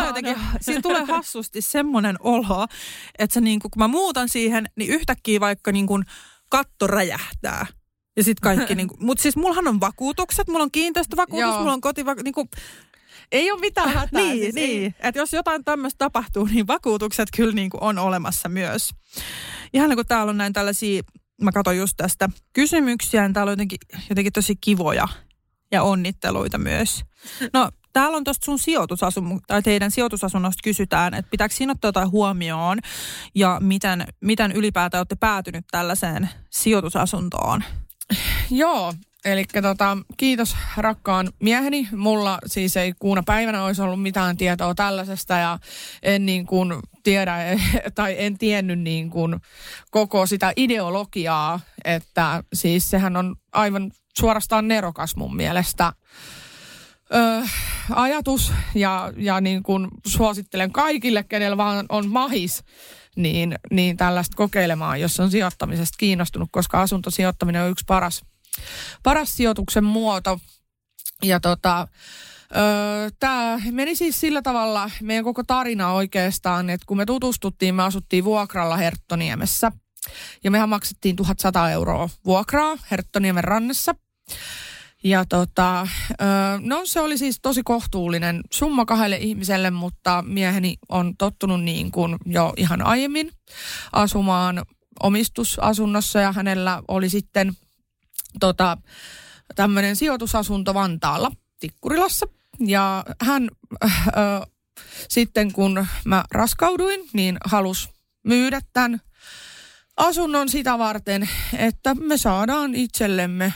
siinä tulee hassusti semmoinen olo, että se niin kun mä muutan siihen, niin yhtäkkiä vaikka niin kun katto räjähtää. Ja sitten kaikki, mutta siis mullahan on vakuutukset, mulla on kiinteistövakuutus, mulla on kotivakuutus, ei ole mitään hätää. niin. Että jos jotain tämmöistä tapahtuu, niin vakuutukset kyllä niin kuin on olemassa myös. Ihan kun täällä on näin tällaisia, mä katson just tästä kysymyksiä, niin täällä on jotenkin tosi kivoja ja onnitteluita myös. No, täällä on tuosta sun tai teidän sijoitusasunnosta kysytään, että pitääkö siinä ottaa jotain huomioon ja miten ylipäätään olette päätynyt tällaiseen sijoitusasuntoon? Joo, eli kiitos rakkaan mieheni. Mulla siis ei kuuna päivänä olisi ollut mitään tietoa tällaisesta ja en niin kuin tiedä tai en tiennyt niin kuin koko sitä ideologiaa, että siis sehän on aivan suorastaan nerokas mun mielestä ajatus ja niin kuin suosittelen kaikille, kenellä vaan on mahis, niin tällaista kokeilemaan, jos on sijoittamisesta kiinnostunut, koska asuntosijoittaminen on yksi paras sijoituksen muoto. Ja tämä meni siis sillä tavalla, meidän koko tarina oikeastaan, että kun me tutustuttiin, me asuttiin vuokralla Herttoniemessä. Ja mehän maksettiin 1100 € vuokraa Herttoniemen rannassa. Ja se oli siis tosi kohtuullinen summa 2 ihmiselle, mutta mieheni on tottunut niin kuin jo ihan aiemmin asumaan omistusasunnossa ja hänellä oli sitten tämmöinen sijoitusasunto Vantaalla Tikkurilassa. Ja hän sitten kun mä raskauduin, niin halusi myydä tämän asunnon sitä varten, että me saadaan itsellemme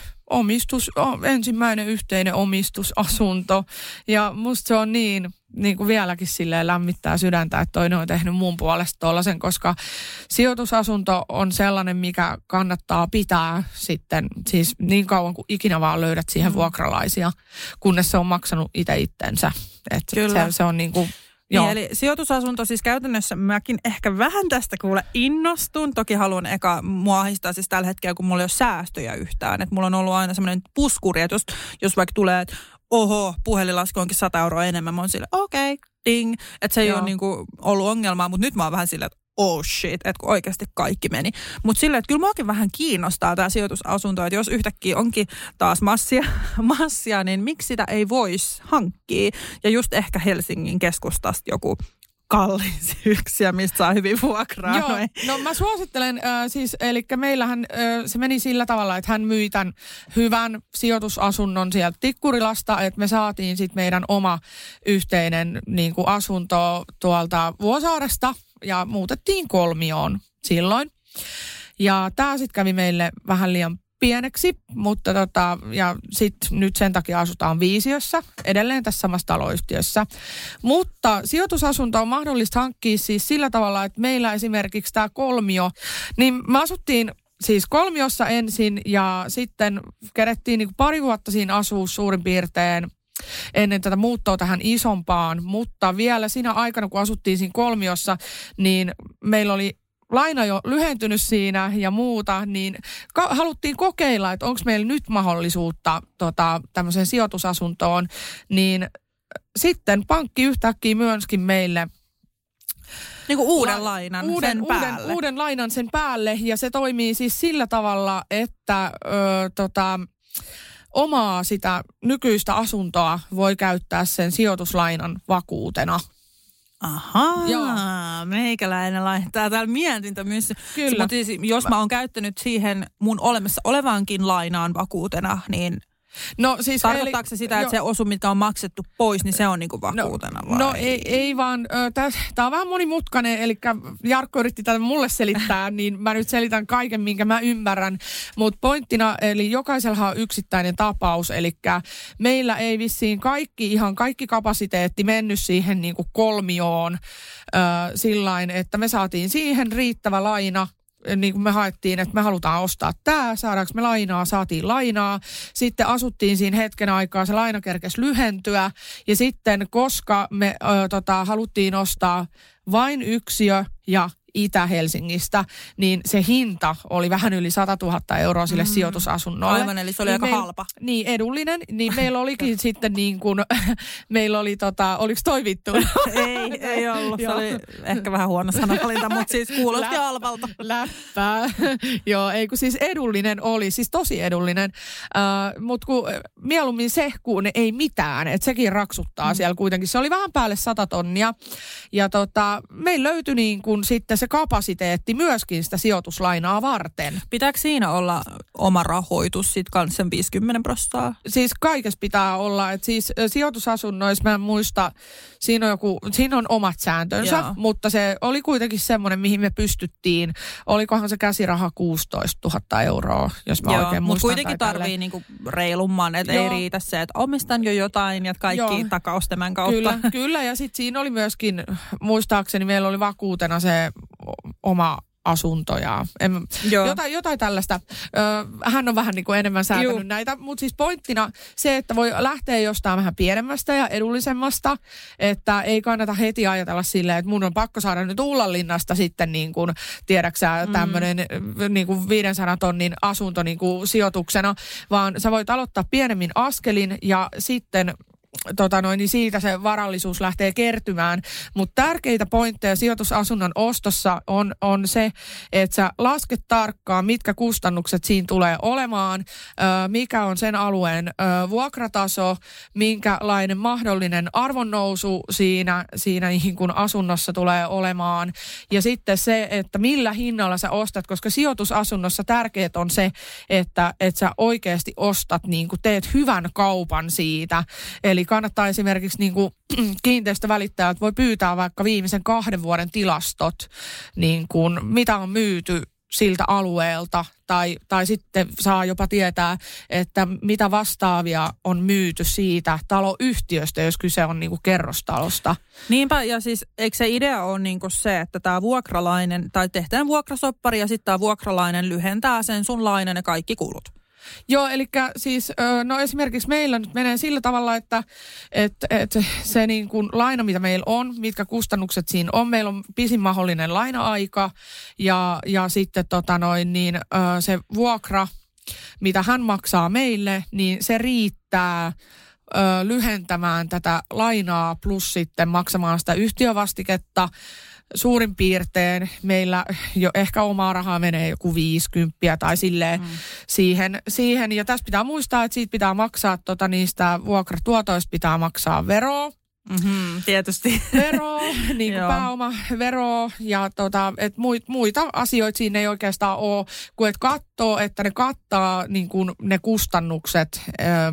ensimmäinen yhteinen omistusasunto. Ja musta se on niin kuin vieläkin silleen lämmittää sydäntä, että toinen on tehnyt mun puolesta tollasen, koska sijoitusasunto on sellainen, mikä kannattaa pitää sitten siis niin kauan kuin ikinä vaan löydät siihen vuokralaisia, kunnes se on maksanut itse itsensä. Että se on niin kuin Niin, eli sijoitusasunto siis käytännössä mäkin ehkä vähän tästä innostun. Toki haluan mua ahdistaa siis tällä hetkellä, kun mulla ei ole säästöjä yhtään. Että mulla on ollut aina semmoinen puskuri, että jos vaikka tulee, että puhelinlasku onkin 100 € enemmän. Mä oon silleen, okei, ding. Että se ei ole niinku ollut ongelmaa, mutta nyt mä oon vähän silleen, että oh shit, että kun oikeasti kaikki meni. Mutta silleen, että kyllä muakin vähän kiinnostaa tämä sijoitusasunto, että jos yhtäkkiä onkin taas massia, niin miksi sitä ei voisi hankkia? Ja just ehkä Helsingin keskustasta joku kallis yksiö, mistä saa hyvin vuokraa. Joo, no mä suosittelen eli meillähän se meni sillä tavalla, että hän myi tämän hyvän sijoitusasunnon sieltä Tikkurilasta, että me saatiin sitten meidän oma yhteinen niin kuin asunto tuolta Vuosaaresta ja muutettiin kolmioon silloin. Ja tämä sitten kävi meille vähän liian pieneksi, mutta ja sitten nyt sen takia asutaan Viisiössä, edelleen tässä samassa taloyhtiössä. Mutta sijoitusasunto on mahdollista hankkia siis sillä tavalla, että meillä esimerkiksi tämä kolmio, niin me asuttiin siis kolmiossa ensin ja sitten kerettiin niin kuin pari vuotta siinä asua suurin piirtein ennen tätä muuttoa tähän isompaan, mutta vielä siinä aikana, kun asuttiin siinä kolmiossa, niin meillä oli laina jo lyhentynyt siinä ja muuta, niin haluttiin kokeilla, että onko meillä nyt mahdollisuutta tämmöiseen sijoitusasuntoon, niin sitten pankki yhtäkkiä myöskin meille niin kuin uuden lainan sen päälle. Uuden lainan sen päälle, ja se toimii siis sillä tavalla, että omaa sitä nykyistä asuntoa voi käyttää sen sijoituslainan vakuutena. Ahaa, joo. Meikäläinen laittaa täällä mietintä myös. Kyllä. Mutta jos mä oon käyttänyt siihen mun olemassa olevaankin lainaan vakuutena, niin no, siis tarkoittaako se sitä, että se osu, mitkä on maksettu pois, niin se on niinku vakuutena vai? No ei vaan, tämä on vähän monimutkainen, eli Jarkko yritti tätä mulle selittää, niin mä nyt selitän kaiken, minkä mä ymmärrän. Mutta pointtina, eli jokaisella on yksittäinen tapaus, eli meillä ei vissiin ihan kaikki kapasiteetti mennyt siihen niinku kolmioon sillain, että me saatiin siihen riittävä laina. Niin kuin me haettiin, että me halutaan ostaa tämä, saadaanko me lainaa, saatiin lainaa. Sitten asuttiin siinä hetken aikaa, se laina kerkesi lyhentyä. Ja sitten, koska me haluttiin ostaa vain yksiö ja Itä-Helsingistä, niin se hinta oli vähän yli 100 000 euroa sille sijoitusasunnolle. Aivan, eli se oli aika halpa. Niin, edullinen. Niin meillä olikin sitten niin kuin, meillä oli oliko toi vittu? Ei ollut. Se oli ehkä vähän huono sanavalinta, mutta siis kuulosti halvalta. Läppää. Joo, ei kun siis edullinen oli, siis tosi edullinen. Mutta kun mieluummin se, kun ei mitään, että sekin raksuttaa siellä kuitenkin. Se oli vähän päälle 100 tonnia. Ja meillä löytyi niin kuin sitten se kapasiteetti myöskin sitä sijoituslainaa varten. Pitääkö siinä olla oma rahoitus sitten kanssa sen 50%? Siis kaikessa pitää olla, että siis sijoitusasunnoissa mä en muista, siinä on omat sääntönsä, mutta se oli kuitenkin semmoinen, mihin me pystyttiin. Olikohan se käsiraha 16 000 euroa, jos mä oikein muistan. Mutta kuitenkin tarvii niinku reilumman, että ei riitä se, että omistan jo jotain ja kaikki takaus tämän kautta. Kyllä, ja sitten siinä oli myöskin, muistaakseni meillä oli vakuutena se oma asunto ja jotain tällaista. Hän on vähän niin kuin enemmän säätänyt näitä, mutta siis pointtina se, että voi lähteä jostain vähän pienemmästä ja edullisemmasta, että ei kannata heti ajatella silleen, että mun on pakko saada nyt Ullanlinnasta sitten niin kuin, tiedäksä, tämmöinen niin kuin 500 tonnin asunto niin kuin sijoituksena, vaan sä voit aloittaa pienemmin askelin ja sitten niin siitä se varallisuus lähtee kertymään. Mutta tärkeitä pointteja sijoitusasunnon ostossa on se, että sä lasket tarkkaan, mitkä kustannukset siinä tulee olemaan, mikä on sen alueen vuokrataso, minkälainen mahdollinen arvonnousu siinä niin kuin asunnossa tulee olemaan. Ja sitten se, että millä hinnalla sä ostat, koska sijoitusasunnossa tärkeää on se, että sä oikeasti ostat, niin kuin teet hyvän kaupan siitä. Eli kannattaa esimerkiksi niin kuin kiinteistövälittäjät voi pyytää vaikka viimeisen 2 vuoden tilastot, niin kuin mitä on myyty siltä alueelta, tai sitten saa jopa tietää, että mitä vastaavia on myyty siitä taloyhtiöstä, jos kyse on niinku kerrostalosta. Niinpä, ja siis eikö se idea ole niinku se, että tämä vuokralainen, tai tehdään vuokrasoppari, ja sitten tämä vuokralainen lyhentää sen sun lainan ja kaikki kulut. Joo, eli siis esimerkiksi meillä nyt menee sillä tavalla, että se niin kuin laina, mitä meillä on, mitkä kustannukset siinä on, meillä on pisin mahdollinen laina-aika ja sitten se vuokra, mitä hän maksaa meille, niin se riittää lyhentämään tätä lainaa plus sitten maksamaan sitä yhtiövastiketta. Suurin piirtein meillä jo ehkä omaa rahaa menee joku 50 tai silleen siihen. Ja tässä pitää muistaa, että siitä pitää maksaa niistä vuokratuotoista pitää maksaa veroa. Tietysti. Veroa, niin kuin pääomaveroa ja muita asioita siinä ei oikeastaan ole, kun et katsoo, että ne kattaa niin kuin ne kustannukset,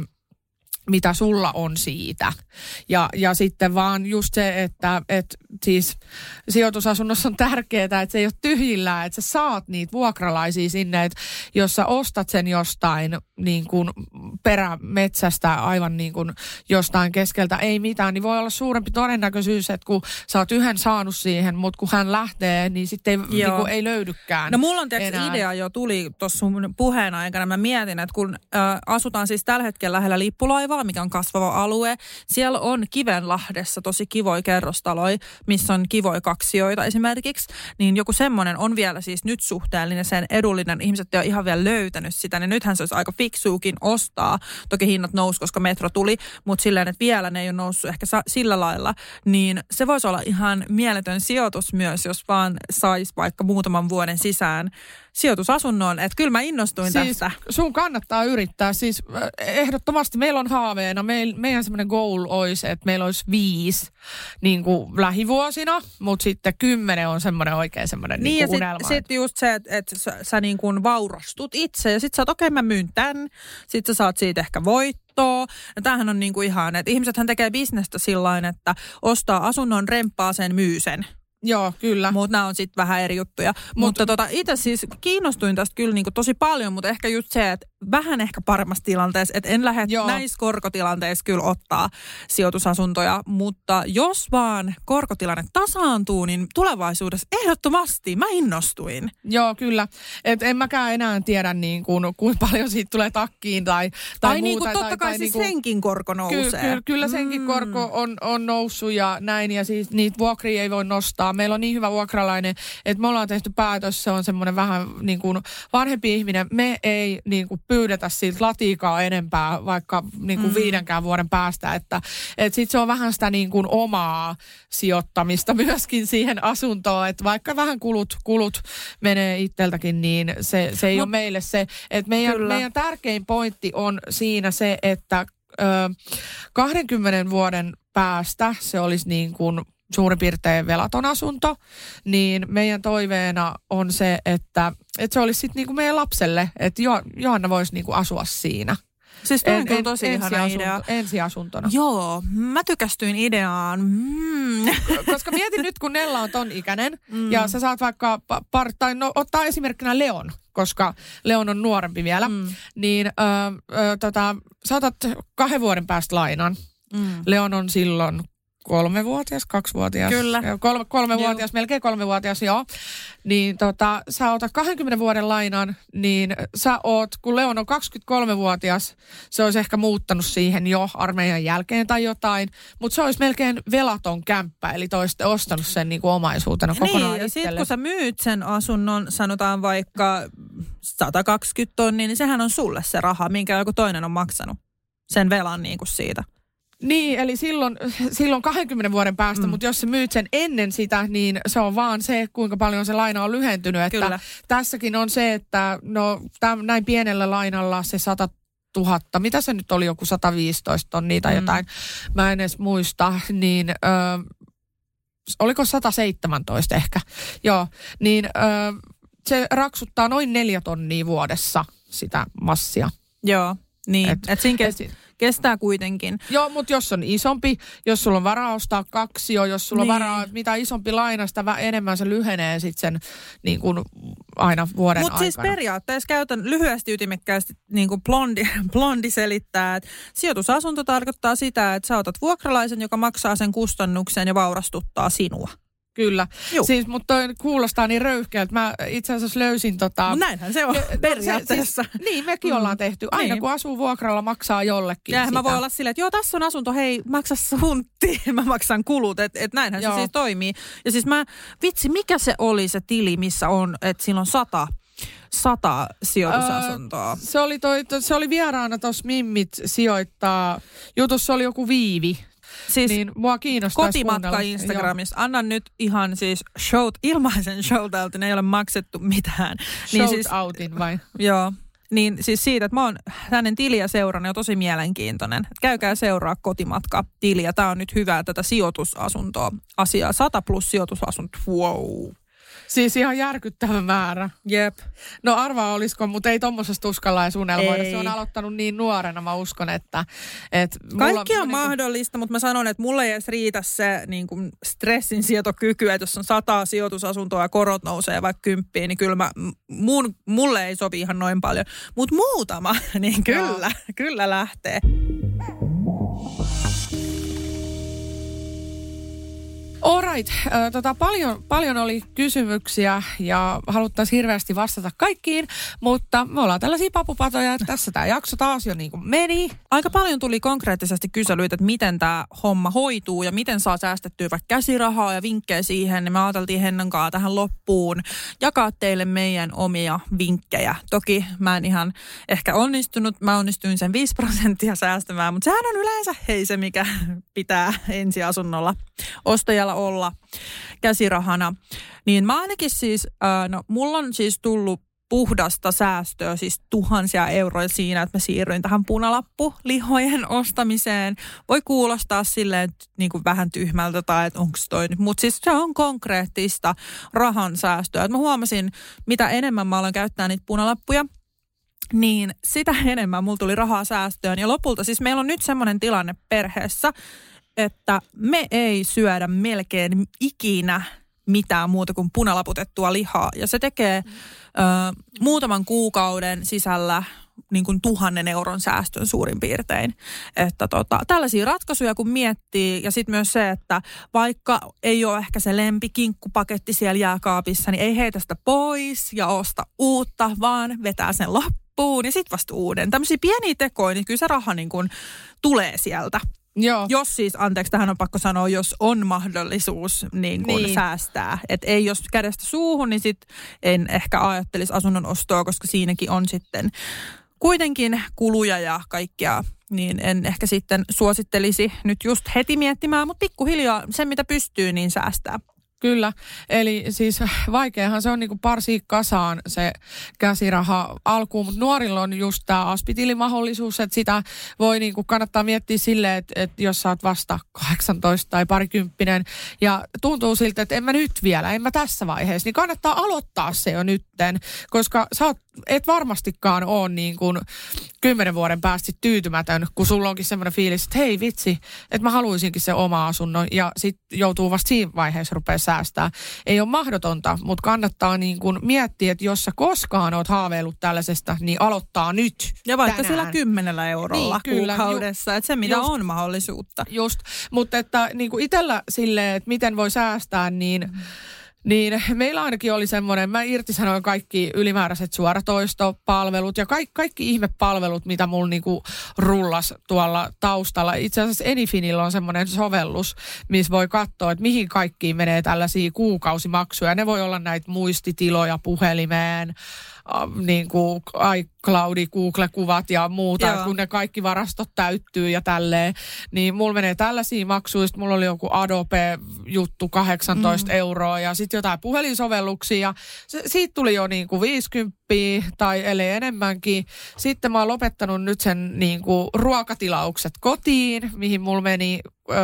mitä sulla on siitä. Ja sitten vaan just se, että siis sijoitusasunnossa on tärkeää, että se ei ole tyhjillään, että sä saat niitä vuokralaisia sinne, että jos sä ostat sen jostain niin kuin perämetsästä aivan niin kuin jostain keskeltä ei mitään, niin voi olla suurempi todennäköisyys, että kun sä oot yhden saanut siihen, mutta kun hän lähtee, niin sitten ei löydykään. No mulla on idea jo tuli tuossa sun puheen aikana. Mä mietin, että kun asutaan siis tällä hetkellä lähellä Lippulaivaa, mikä on kasvava alue. Siellä on Kivenlahdessa tosi kivoja kerrostaloja, missä on kivoja kaksioita esimerkiksi. Niin joku semmoinen on vielä siis nyt suhteellinen, sen edullinen. Ihmiset ei ole ihan vielä löytänyt sitä, niin nythän se olisi aika fiksuukin ostaa. Toki hinnat nousi, koska metro tuli, mutta silleen, että vielä ne ei ole noussut ehkä sillä lailla. Niin se voisi olla ihan mieletön sijoitus myös, jos vaan saisi vaikka muutaman vuoden sisään sijoitusasunnon. Että kyllä mä innostuin tästä. Sun kannattaa yrittää. Siis ehdottomasti meillä on haaveena. Meidän semmoinen goal olisi, että meillä olisi 5 niin kuin lähivuosina, mutta sitten 10 on semmoinen oikein semmoinen niin kuin unelma. Niin ja sitten just se, että sä niin kuin vaurastut itse ja sitten sä oot okei, mä myyn tän. Sitten sä saat siitä ehkä voittoa. Ja tämähän on niin kuin ihan, että ihmisethän tekee bisnestä sillain, että ostaa asunnon, remppaa sen, myy sen. Joo, kyllä. Mutta nämä on sitten vähän eri juttuja. Mutta itse siis kiinnostuin tästä kyllä niinku tosi paljon, mutta ehkä just se, että vähän ehkä paremmassa tilanteessa, että en lähde näissä korkotilanteissa kyllä ottaa sijoitusasuntoja, mutta jos vaan korkotilanne tasaantuu, niin tulevaisuudessa ehdottomasti mä innostuin. Joo, kyllä. Et en mäkään enää tiedä niin kuinka paljon siitä tulee takkiin tai muuta. Niin kuin totta kai siis senkin korko nousee. Kyllä senkin korko on noussut ja näin, ja siis niitä vuokria ei voi nostaa. Meillä on niin hyvä vuokralainen, että me ollaan tehty päätös, se on semmoinen vähän niin kuin vanhempi ihminen. Me ei niin kuin pyydetä siltä latiikaa enempää vaikka niin kuin 5 vuoden päästä, että sitten se on vähän sitä niin kuin omaa sijoittamista myöskin siihen asuntoon, että vaikka vähän kulut menee itseltäkin, niin se ei ole meille se, että meidän tärkein pointti on siinä se, että 20 vuoden päästä se olisi niin kuin suurin piirtein velaton asunto, niin meidän toiveena on se, että se olisi sitten niin kuin meidän lapselle, että Johanna voisi niin kuin asua siinä. Siis toi on kyllä tosi ihana idea. Ensiasuntona. Joo, mä tykästyin ideaan. Koska mietin nyt, kun Nella on ton ikäinen, ja sä saat vaikka ottaa esimerkkinä Leon, koska Leon on nuorempi vielä, niin sä otat 2 vuoden päästä lainan. Leon on silloin 3-vuotias, 2-vuotias. Kyllä. 3-vuotias, melkein 3-vuotias, joo. Niin sä otat 20 vuoden lainan, niin sä oot, kun Leon on 23-vuotias, se olisi ehkä muuttanut siihen jo armeijan jälkeen tai jotain, mutta se olisi melkein velaton kämppä, eli te olisitte ostanut sen niin kuin omaisuutena kokonaan niin, ja itselle. sitten kun sä myyt sen asunnon, sanotaan vaikka 120 tonnia, niin sehän on sulle se raha, minkä joku toinen on maksanut sen velan niin kuin siitä. Niin, eli silloin 20 vuoden päästä, mutta jos sä myyt sen ennen sitä, niin se on vaan se, kuinka paljon se laina on lyhentynyt. Että kyllä. Tässäkin on se, että näin pienellä lainalla se 100 000, mitä se nyt oli, joku 115 tonnia tai jotain, mä en edes muista, niin oliko 117 ehkä, joo, niin se raksuttaa noin 4 tonnia vuodessa sitä massia. Joo, niin, että siinä kestää kuitenkin. Joo, mutta jos on isompi, jos sulla on varaa ostaa 2, jos sulla on varaa, mitä isompi laina, sitä enemmän se lyhenee sitten sen niin kuin aina vuoden aikana. Mutta siis periaatteessa käytän lyhyesti ytimekkäästi, niin kuin blondi selittää, että sijoitusasunto tarkoittaa sitä, että sä otat vuokralaisen, joka maksaa sen kustannuksen ja vaurastuttaa sinua. Kyllä. Siis, mutta toi kuulostaa niin röyhkeältä. Mä itse asiassa löysin No näinhän se on periaatteessa. Niin, mekin ollaan tehty. Aina kun asuu vuokralla, maksaa jollekin ja sitä. Mä voi olla silleen, että joo, tässä on asunto, hei, maksa suntti. Mä maksan kulut, että näinhän se siis toimii. Ja siis mikä se oli se tili, missä on, että siinä on 100 sijoitusasuntoa. Se oli vieraana tuossa Mimmit sijoittaa. Jutussa oli joku Viivi. Siis niin mua kiinnostaa kotimatka Instagramissa. Annan nyt ihan siis ilmaisen showtoutin, ei ole maksettu mitään. Niin siis, outin vai? Joo. Niin siis siitä, että mä oon hänen tiliä seurannut, on tosi mielenkiintoinen. Käykää seuraa kotimatka-tiliä. Tää on nyt hyvää tätä sijoitusasuntoa asiaa. 100 plus sijoitusasunto. Wow. Siis ihan järkyttävä määrä. Jep. No arvaa olisiko, mutta ei tommosesta uskalla edes unelmoida. Se on aloittanut niin nuorena, mä uskon, että kaikki on mahdollista, mutta mä sanon, että mulle ei edes riitä se niin kuin stressinsietokyky, että jos on 100 sijoitusasuntoa ja korot nousee vaikka 10, niin kyllä mulle ei sovi ihan noin paljon. Mutta muutama, niin kyllä lähtee. Alright, paljon oli kysymyksiä ja haluttaisiin hirveästi vastata kaikkiin, mutta me ollaan tällaisia papupatoja, että tässä tämä jakso taas jo niin kuin meni. Aika paljon tuli konkreettisesti kyselyitä, että miten tämä homma hoituu ja miten saa säästettyä vaikka käsirahaa ja vinkkejä siihen. Niin me ajateltiin Hennan kanssa tähän loppuun jakaa teille meidän omia vinkkejä. Toki mä en ihan ehkä onnistunut, mä onnistuin sen 5% säästämään, mutta sehän on yleensä se, mikä pitää ensiasunnolla ostajalla olla käsirahana. Niin mä ainakin siis, mulla on siis tullut puhdasta säästöä, siis tuhansia euroja siinä, että mä siirryin tähän punalappulihojen ostamiseen. Voi kuulostaa silleen niin kuin vähän tyhmältä tai että onko toi nyt, mutta siis se on konkreettista rahan säästöä. Et mä huomasin, mitä enemmän mä aloin käyttää niitä punalappuja, niin sitä enemmän mulla tuli rahaa säästöön. Ja lopulta siis meillä on nyt semmoinen tilanne perheessä, että me ei syödä melkein ikinä mitään muuta kuin punalaputettua lihaa. Ja se tekee muutaman kuukauden sisällä niin kuin 1,000 euron säästön suurin piirtein. Että tällaisia ratkaisuja kun miettii ja sitten myös se, että vaikka ei ole ehkä se lempikinkkupaketti siellä jääkaapissa, niin ei heitä sitä pois ja osta uutta, vaan vetää sen loppuun ja sitten vasta uuden. Tämmöisiä pieniä tekoja, niin kyllä se raha niin kuin tulee sieltä. Joo. Jos siis, anteeksi, tähän on pakko sanoa, jos on mahdollisuus niin kuin säästää. Että ei jos kädestä suuhun, niin sit en ehkä ajattelisi asunnon ostoa, koska siinäkin on sitten kuitenkin kuluja ja kaikkea. Niin en ehkä sitten suosittelisi nyt just heti miettimään, mutta pikkuhiljaa sen mitä pystyy, niin säästää. Kyllä, eli siis vaikeahan se on niinku parsia kasaan se käsiraha alkuun, mutta nuorilla on just tämä aspitilimahdollisuus, että sitä voi niinku kannattaa miettiä silleen, että jos sä oot vasta 18 tai parikymppinen ja tuntuu siltä, että en mä nyt vielä, en mä tässä vaiheessa, niin kannattaa aloittaa se jo nytten, koska sä et varmastikaan ole niin kuin 10 vuoden päästä tyytymätön, kun sulla onkin semmoinen fiilis, että hei vitsi, että mä haluaisinkin se oma asunnon ja sitten joutuu vasta siinä vaiheessa rupeaa säästää. Ei ole mahdotonta, mutta kannattaa niin kuin miettiä, että jos sä koskaan oot haaveillut tällaisesta, niin aloittaa nyt. Ja vaikka tänään. sillä 10 eurolla niin, kyllä, kuukaudessa, että se mitä on mahdollisuutta. Just, mutta että niin kuin itsellä silleen, että miten voi säästää, niin meillä ainakin oli semmoinen, mä irtisanoin kaikki ylimääräiset suoratoistopalvelut ja kaikki ihmepalvelut, mitä mulla niinku rullas tuolla taustalla. Itse asiassa Anyfinilla on semmoinen sovellus, missä voi katsoa, että mihin kaikkiin menee tällaisia kuukausimaksuja. Ne voi olla näitä muistitiloja puhelimeen, niin kuin iCloudi, Google-kuvat ja muuta, joo, kun ne kaikki varastot täyttyy ja tälleen, niin mulla menee tällaisia maksuja. Mulla oli joku Adobe-juttu 18 euroa ja sitten jotain puhelinsovelluksia ja siitä tuli jo niin kuin 50 tai ellei enemmänkin. Sitten mä oon lopettanut nyt sen niin kuin ruokatilaukset kotiin, mihin mulla meni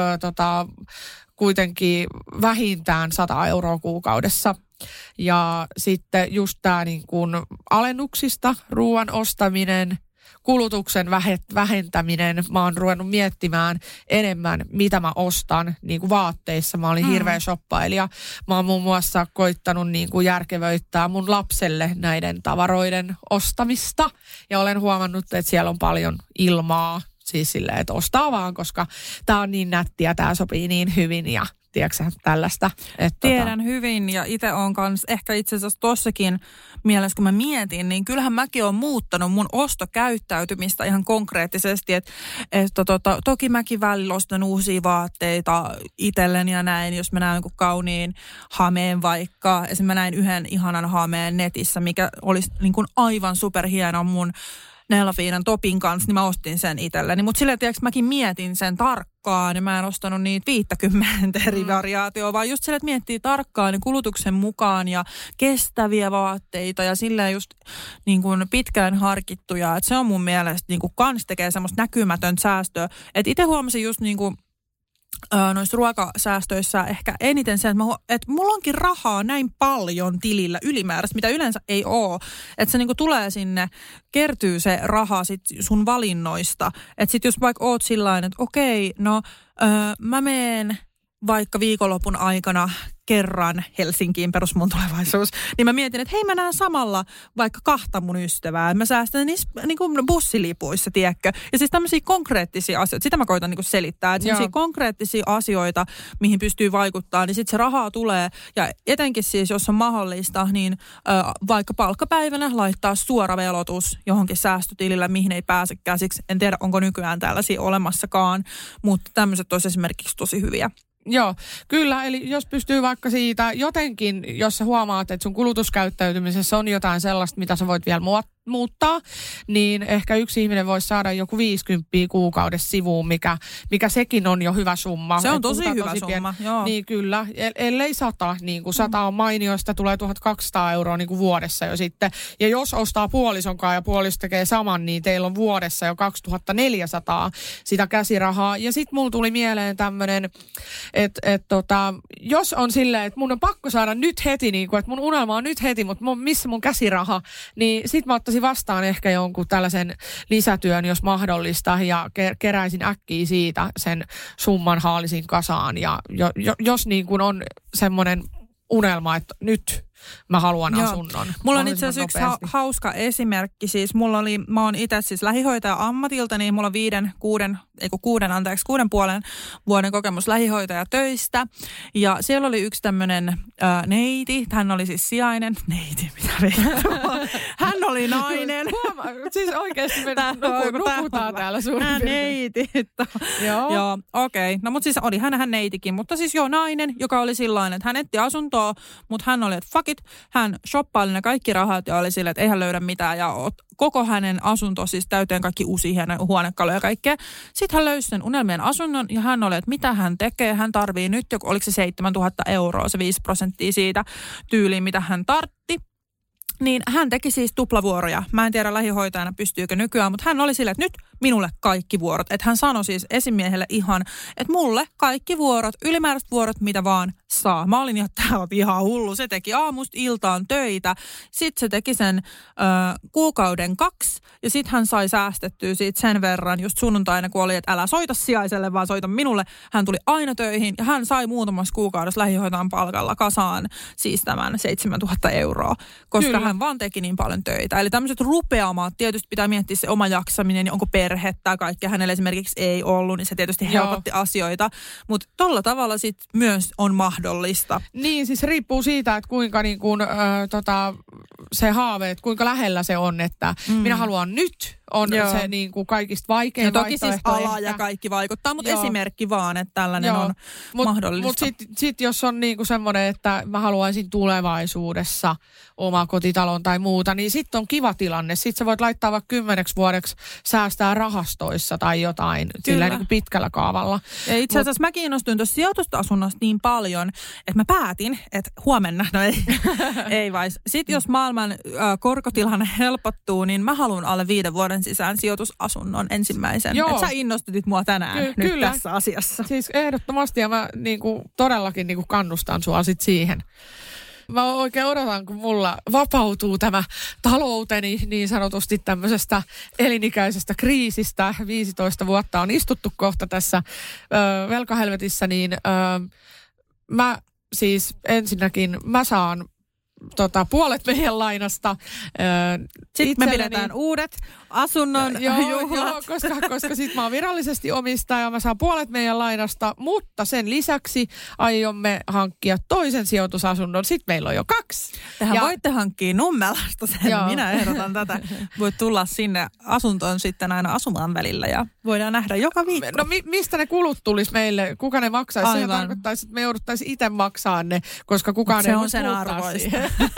kuitenkin vähintään 100 euroa kuukaudessa. Ja sitten just tämä niin kuin alennuksista ruoan ostaminen, kulutuksen vähentäminen. Mä oon ruvennut miettimään enemmän, mitä mä ostan niin kuin vaatteissa. Mä olin hirveä shoppailija. Mä oon muun muassa koittanut niin kuin järkevöittää mun lapselle näiden tavaroiden ostamista. Ja olen huomannut, että siellä on paljon ilmaa. Siis silleen, että ostaa vaan, koska tää on niin nättiä, tää sopii niin hyvin ja tiedätkö tällaista. Tiedän hyvin ja itse on kans ehkä itse asiassa tossakin mielessä, kun mä mietin, niin kyllähän mäkin olen muuttanut mun ostokäyttäytymistä ihan konkreettisesti, että toki mäkin välillä ostan uusia vaatteita itselleni ja näin, jos mä näen jonkun kauniin hameen vaikka. Esimerkiksi mä näin yhden ihanan hameen netissä, mikä olisi niin kuin aivan superhieno mun Nellafiinan topin kanssa, niin mä ostin sen itselleni. Mutta silleen, tiedätkö, mäkin mietin sen tarkkaan ja mä en ostanut niitä 50 eri variaatioa, vaan just silleen, että miettii tarkkaan niin kulutuksen mukaan ja kestäviä vaatteita ja silleen just niin kuin pitkään harkittuja. Että se on mun mielestä niin kuin kans tekee semmoista näkymätöntä säästöä. Että itse huomasin just niin kuin noissa ruokasäästöissä ehkä eniten se, että mulla onkin rahaa näin paljon tilillä ylimääräistä, mitä yleensä ei ole. Että se niinku tulee sinne, kertyy se raha sit sun valinnoista. Että sit jos vaikka oot sillain, että okei, no mä meen vaikka viikonlopun aikana kerran Helsinkiin, perus mun tulevaisuus, niin mä mietin, että hei mä näen samalla vaikka 2 mun ystävää. Mä säästän niissä niin kuin bussilipuissa, tiedätkö? Ja siis tämmöisiä konkreettisia asioita, sitä mä koitan niin kuin selittää, että sellaisia konkreettisia asioita, mihin pystyy vaikuttaa, niin sitten se rahaa tulee. Ja etenkin siis, jos on mahdollista, niin vaikka palkkapäivänä laittaa suora velotus johonkin säästötilillä, mihin ei pääse käsiksi. En tiedä, onko nykyään tällaisia olemassakaan, mutta tämmöiset olisi esimerkiksi tosi hyviä. Joo, kyllä. Eli jos pystyy vaikka siitä jotenkin, jos sä huomaat, että sun kulutuskäyttäytymisessä on jotain sellaista, mitä sä voit vielä muuttaa, niin ehkä yksi ihminen voisi saada joku 50 kuukaudessa sivuun, mikä sekin on jo hyvä summa. Se on tosi hyvä summa, joo. Niin kyllä, ellei 100, niin kuin 100 on mainioista, tulee 1200 euroa niin kuin vuodessa jo sitten. Ja jos ostaa puolisonkaan ja puoliso tekee saman, niin teillä on vuodessa jo 2400 sitä käsirahaa. Ja sitten mulla tuli mieleen tämmöinen, että jos on silleen, että mun on pakko saada nyt heti, niin kuin, että mun unelma on nyt heti, mutta missä mun käsiraha, niin sit mä ottaisin vastaan ehkä jonkun tällaisen lisätyön, jos mahdollista, ja keräisin äkkiä siitä sen summan haalisin kasaan. Ja jos niin kuin on semmoinen unelma, että nyt mä haluan asunnon. Mulla on itse asiassa yksi hauska esimerkki. Siis mä oon itse siis lähihoitaja ammatilta, niin mulla on 6,5 vuoden kokemus lähihoitajatöistä. Ja siellä oli yksi tämmöinen neiti. Hän oli siis sijainen. Neiti, mitä vittua. Hän oli nainen. Siis oikeasti me nukutaan täällä suurin piirtein. Neiti. Joo, okei. No mutta siis oli hän neitikin. Mutta siis nainen, joka oli sillain, että hän etti asuntoa, mutta hän oli, että fuck it. Hän shoppaili ne kaikki rahat ja oli silleen, että ei hän löydä mitään. Ja koko hänen asunto siis täyteen kaikki uusia huonekaluja ja kaikkea. Sitten hän löysi sen unelmien asunnon ja hän oli, että mitä hän tekee. Hän tarvii nyt, oliko se 7 000 €, se 5% siitä tyyliin, mitä hän tartti. Niin hän teki siis tuplavuoroja. Mä en tiedä lähihoitajana pystyykö nykyään, mutta hän oli silleen, että nyt minulle kaikki vuorot. Että hän sanoi siis esimiehelle ihan, että mulle kaikki vuorot, ylimääräiset vuorot, mitä vaan saa. Mä olin, että tää on ihan hullu. Se teki aamusta iltaan töitä. Sitten se teki sen kuukauden 2 ja sitten hän sai säästettyä siitä sen verran just sunnuntaina, kun oli, että älä soita sijaiselle, vaan soita minulle. Hän tuli aina töihin ja hän sai muutamassa kuukaudessa lähihoitajan palkalla kasaan siis tämän 7 000 €, koska Kyllä. hän vaan teki niin paljon töitä. Eli tämmöiset rupeamat, tietysti pitää miettiä se oma jaksaminen ja onko perhettä, kaikkea hänellä esimerkiksi ei ollut, niin se tietysti helpotti asioita. Mutta tolla tavalla sitten myös on mahdollista. Niin, siis riippuu siitä, että kuinka niin kuin, se haave, että kuinka lähellä se on, että minä haluan nyt, on se niin kuin kaikista vaikein vaihtoehto. Toki siis ala ja kaikki vaikuttaa, mutta esimerkki vaan, että tällainen on mahdollista. Mutta sit jos on niin kuin semmoinen, että mä haluaisin tulevaisuudessa oma kotitalon tai muuta, niin sitten on kiva tilanne. Sitten sä voit laittaa vaikka 10 vuodeksi säästää rahastoissa tai jotain sillä niin kuin pitkällä kaavalla. Ja itse asiassa mä kiinnostuin tuossa sijoitusasunnosta niin paljon, että mä päätin, että huomenna, ei vai. Sitten jos maailman korkotilanne helpottuu, niin mä haluan alle 5 vuoden sisään sijoitusasunnon ensimmäisen. Että sä innostutit mua tänään nyt kyllä. Tässä asiassa. Siis ehdottomasti ja mä niinku, todellakin niinku kannustan sua sit siihen. Mä oikein odotan, kun mulla vapautuu tämä talouteni niin sanotusti tämmöisestä elinikäisestä kriisistä. 15 vuotta on istuttu kohta tässä velkahelvetissä, niin mä siis ensinnäkin mä saan puolet meidän lainasta. Sitten me pidetään uudet asunnon juhlat. Koska sitten mä oon virallisesti omistaja, mä saan puolet meidän lainasta, mutta sen lisäksi aiomme hankkia toisen sijoitusasunnon. Sitten meillä on jo 2. Tähän voitte hankkia Nummelasta sen, minä ehdotan tätä. Voit tulla sinne asuntoon sitten aina asumaan välillä ja voidaan nähdä joka viikko. No mistä ne kulut tulisi meille? Kuka ne maksaisi? Se tarkoittaisi, että me jouduttaisiin itse maksaa ne, koska kukaan ei voi sen arvoista.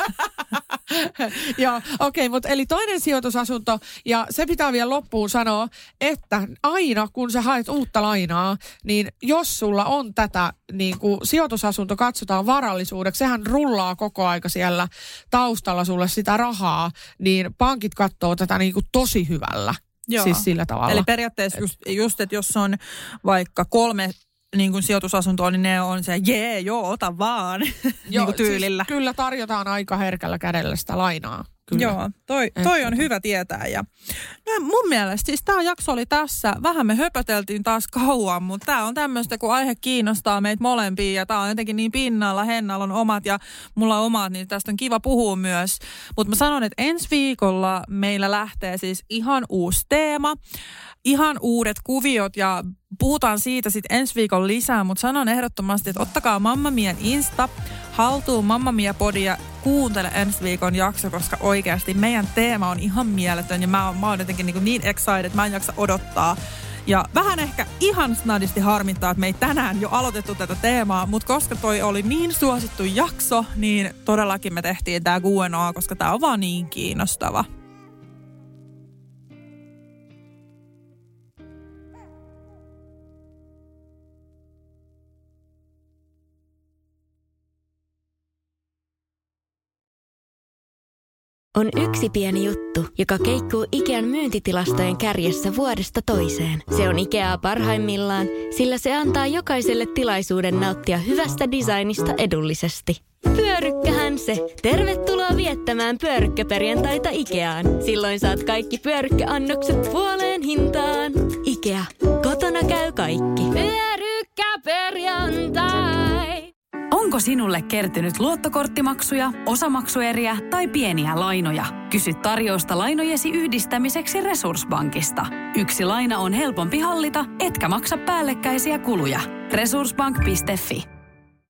Joo, okei, mutta eli toinen sijoitusasunto, ja se pitää vielä loppuun sanoa, että aina kun sä haet uutta lainaa, niin jos sulla on tätä niin kuin sijoitusasunto katsotaan varallisuudeksi, sehän rullaa koko aika siellä taustalla sulle sitä rahaa, niin pankit katsoo tätä niin kuin tosi hyvällä. Joo. Siis sillä tavalla. Eli periaatteessa just että jos on vaikka 3 niin kuin sijoitusasuntoa, niin ne on se, ota vaan, niin kuin tyylillä. Siis kyllä tarjotaan aika herkällä kädellä sitä lainaa. Kyllä. Joo, toi on hyvä tietää. Ja, no mun mielestä siis tämä jakso oli tässä. Vähän me höpöteltiin taas kauan, mutta tämä on tämmöistä, kun aihe kiinnostaa meitä molempia ja tämä on jotenkin niin pinnalla. Hennalla on omat ja mulla on omat, niin tästä on kiva puhua myös. Mutta mä sanon, että ensi viikolla meillä lähtee siis ihan uusi teema, ihan uudet kuviot ja puhutaan siitä sitten ensi viikon lisää, mutta sanon ehdottomasti, että ottakaa Mamma Mian Insta haltuun Mamma Mia podia, kuuntele ensi viikon jakso, koska oikeasti meidän teema on ihan mieletön ja mä oon jotenkin niin excited, että mä en jaksa odottaa. Ja vähän ehkä ihan snadisti harmittaa, että me ei tänään jo aloitettu tätä teemaa, mutta koska toi oli niin suosittu jakso, niin todellakin me tehtiin tää Q&A, koska tää on vaan niin kiinnostava. On yksi pieni juttu, joka keikkuu Ikean myyntitilastojen kärjessä vuodesta toiseen. Se on Ikeaa parhaimmillaan, sillä se antaa jokaiselle tilaisuuden nauttia hyvästä designista edullisesti. Pyörykkähän se! Tervetuloa viettämään pyörykkäperjantaita Ikeaan. Silloin saat kaikki pyörykkäannokset puoleen hintaan. Ikea. Kotona käy kaikki. Pyörykkäperjantai! Onko sinulle kertynyt luottokorttimaksuja, osamaksueriä tai pieniä lainoja? Kysy tarjousta lainojesi yhdistämiseksi Resurssbankista. Yksi laina on helpompi hallita, etkä maksa päällekkäisiä kuluja. Resurssbank.fi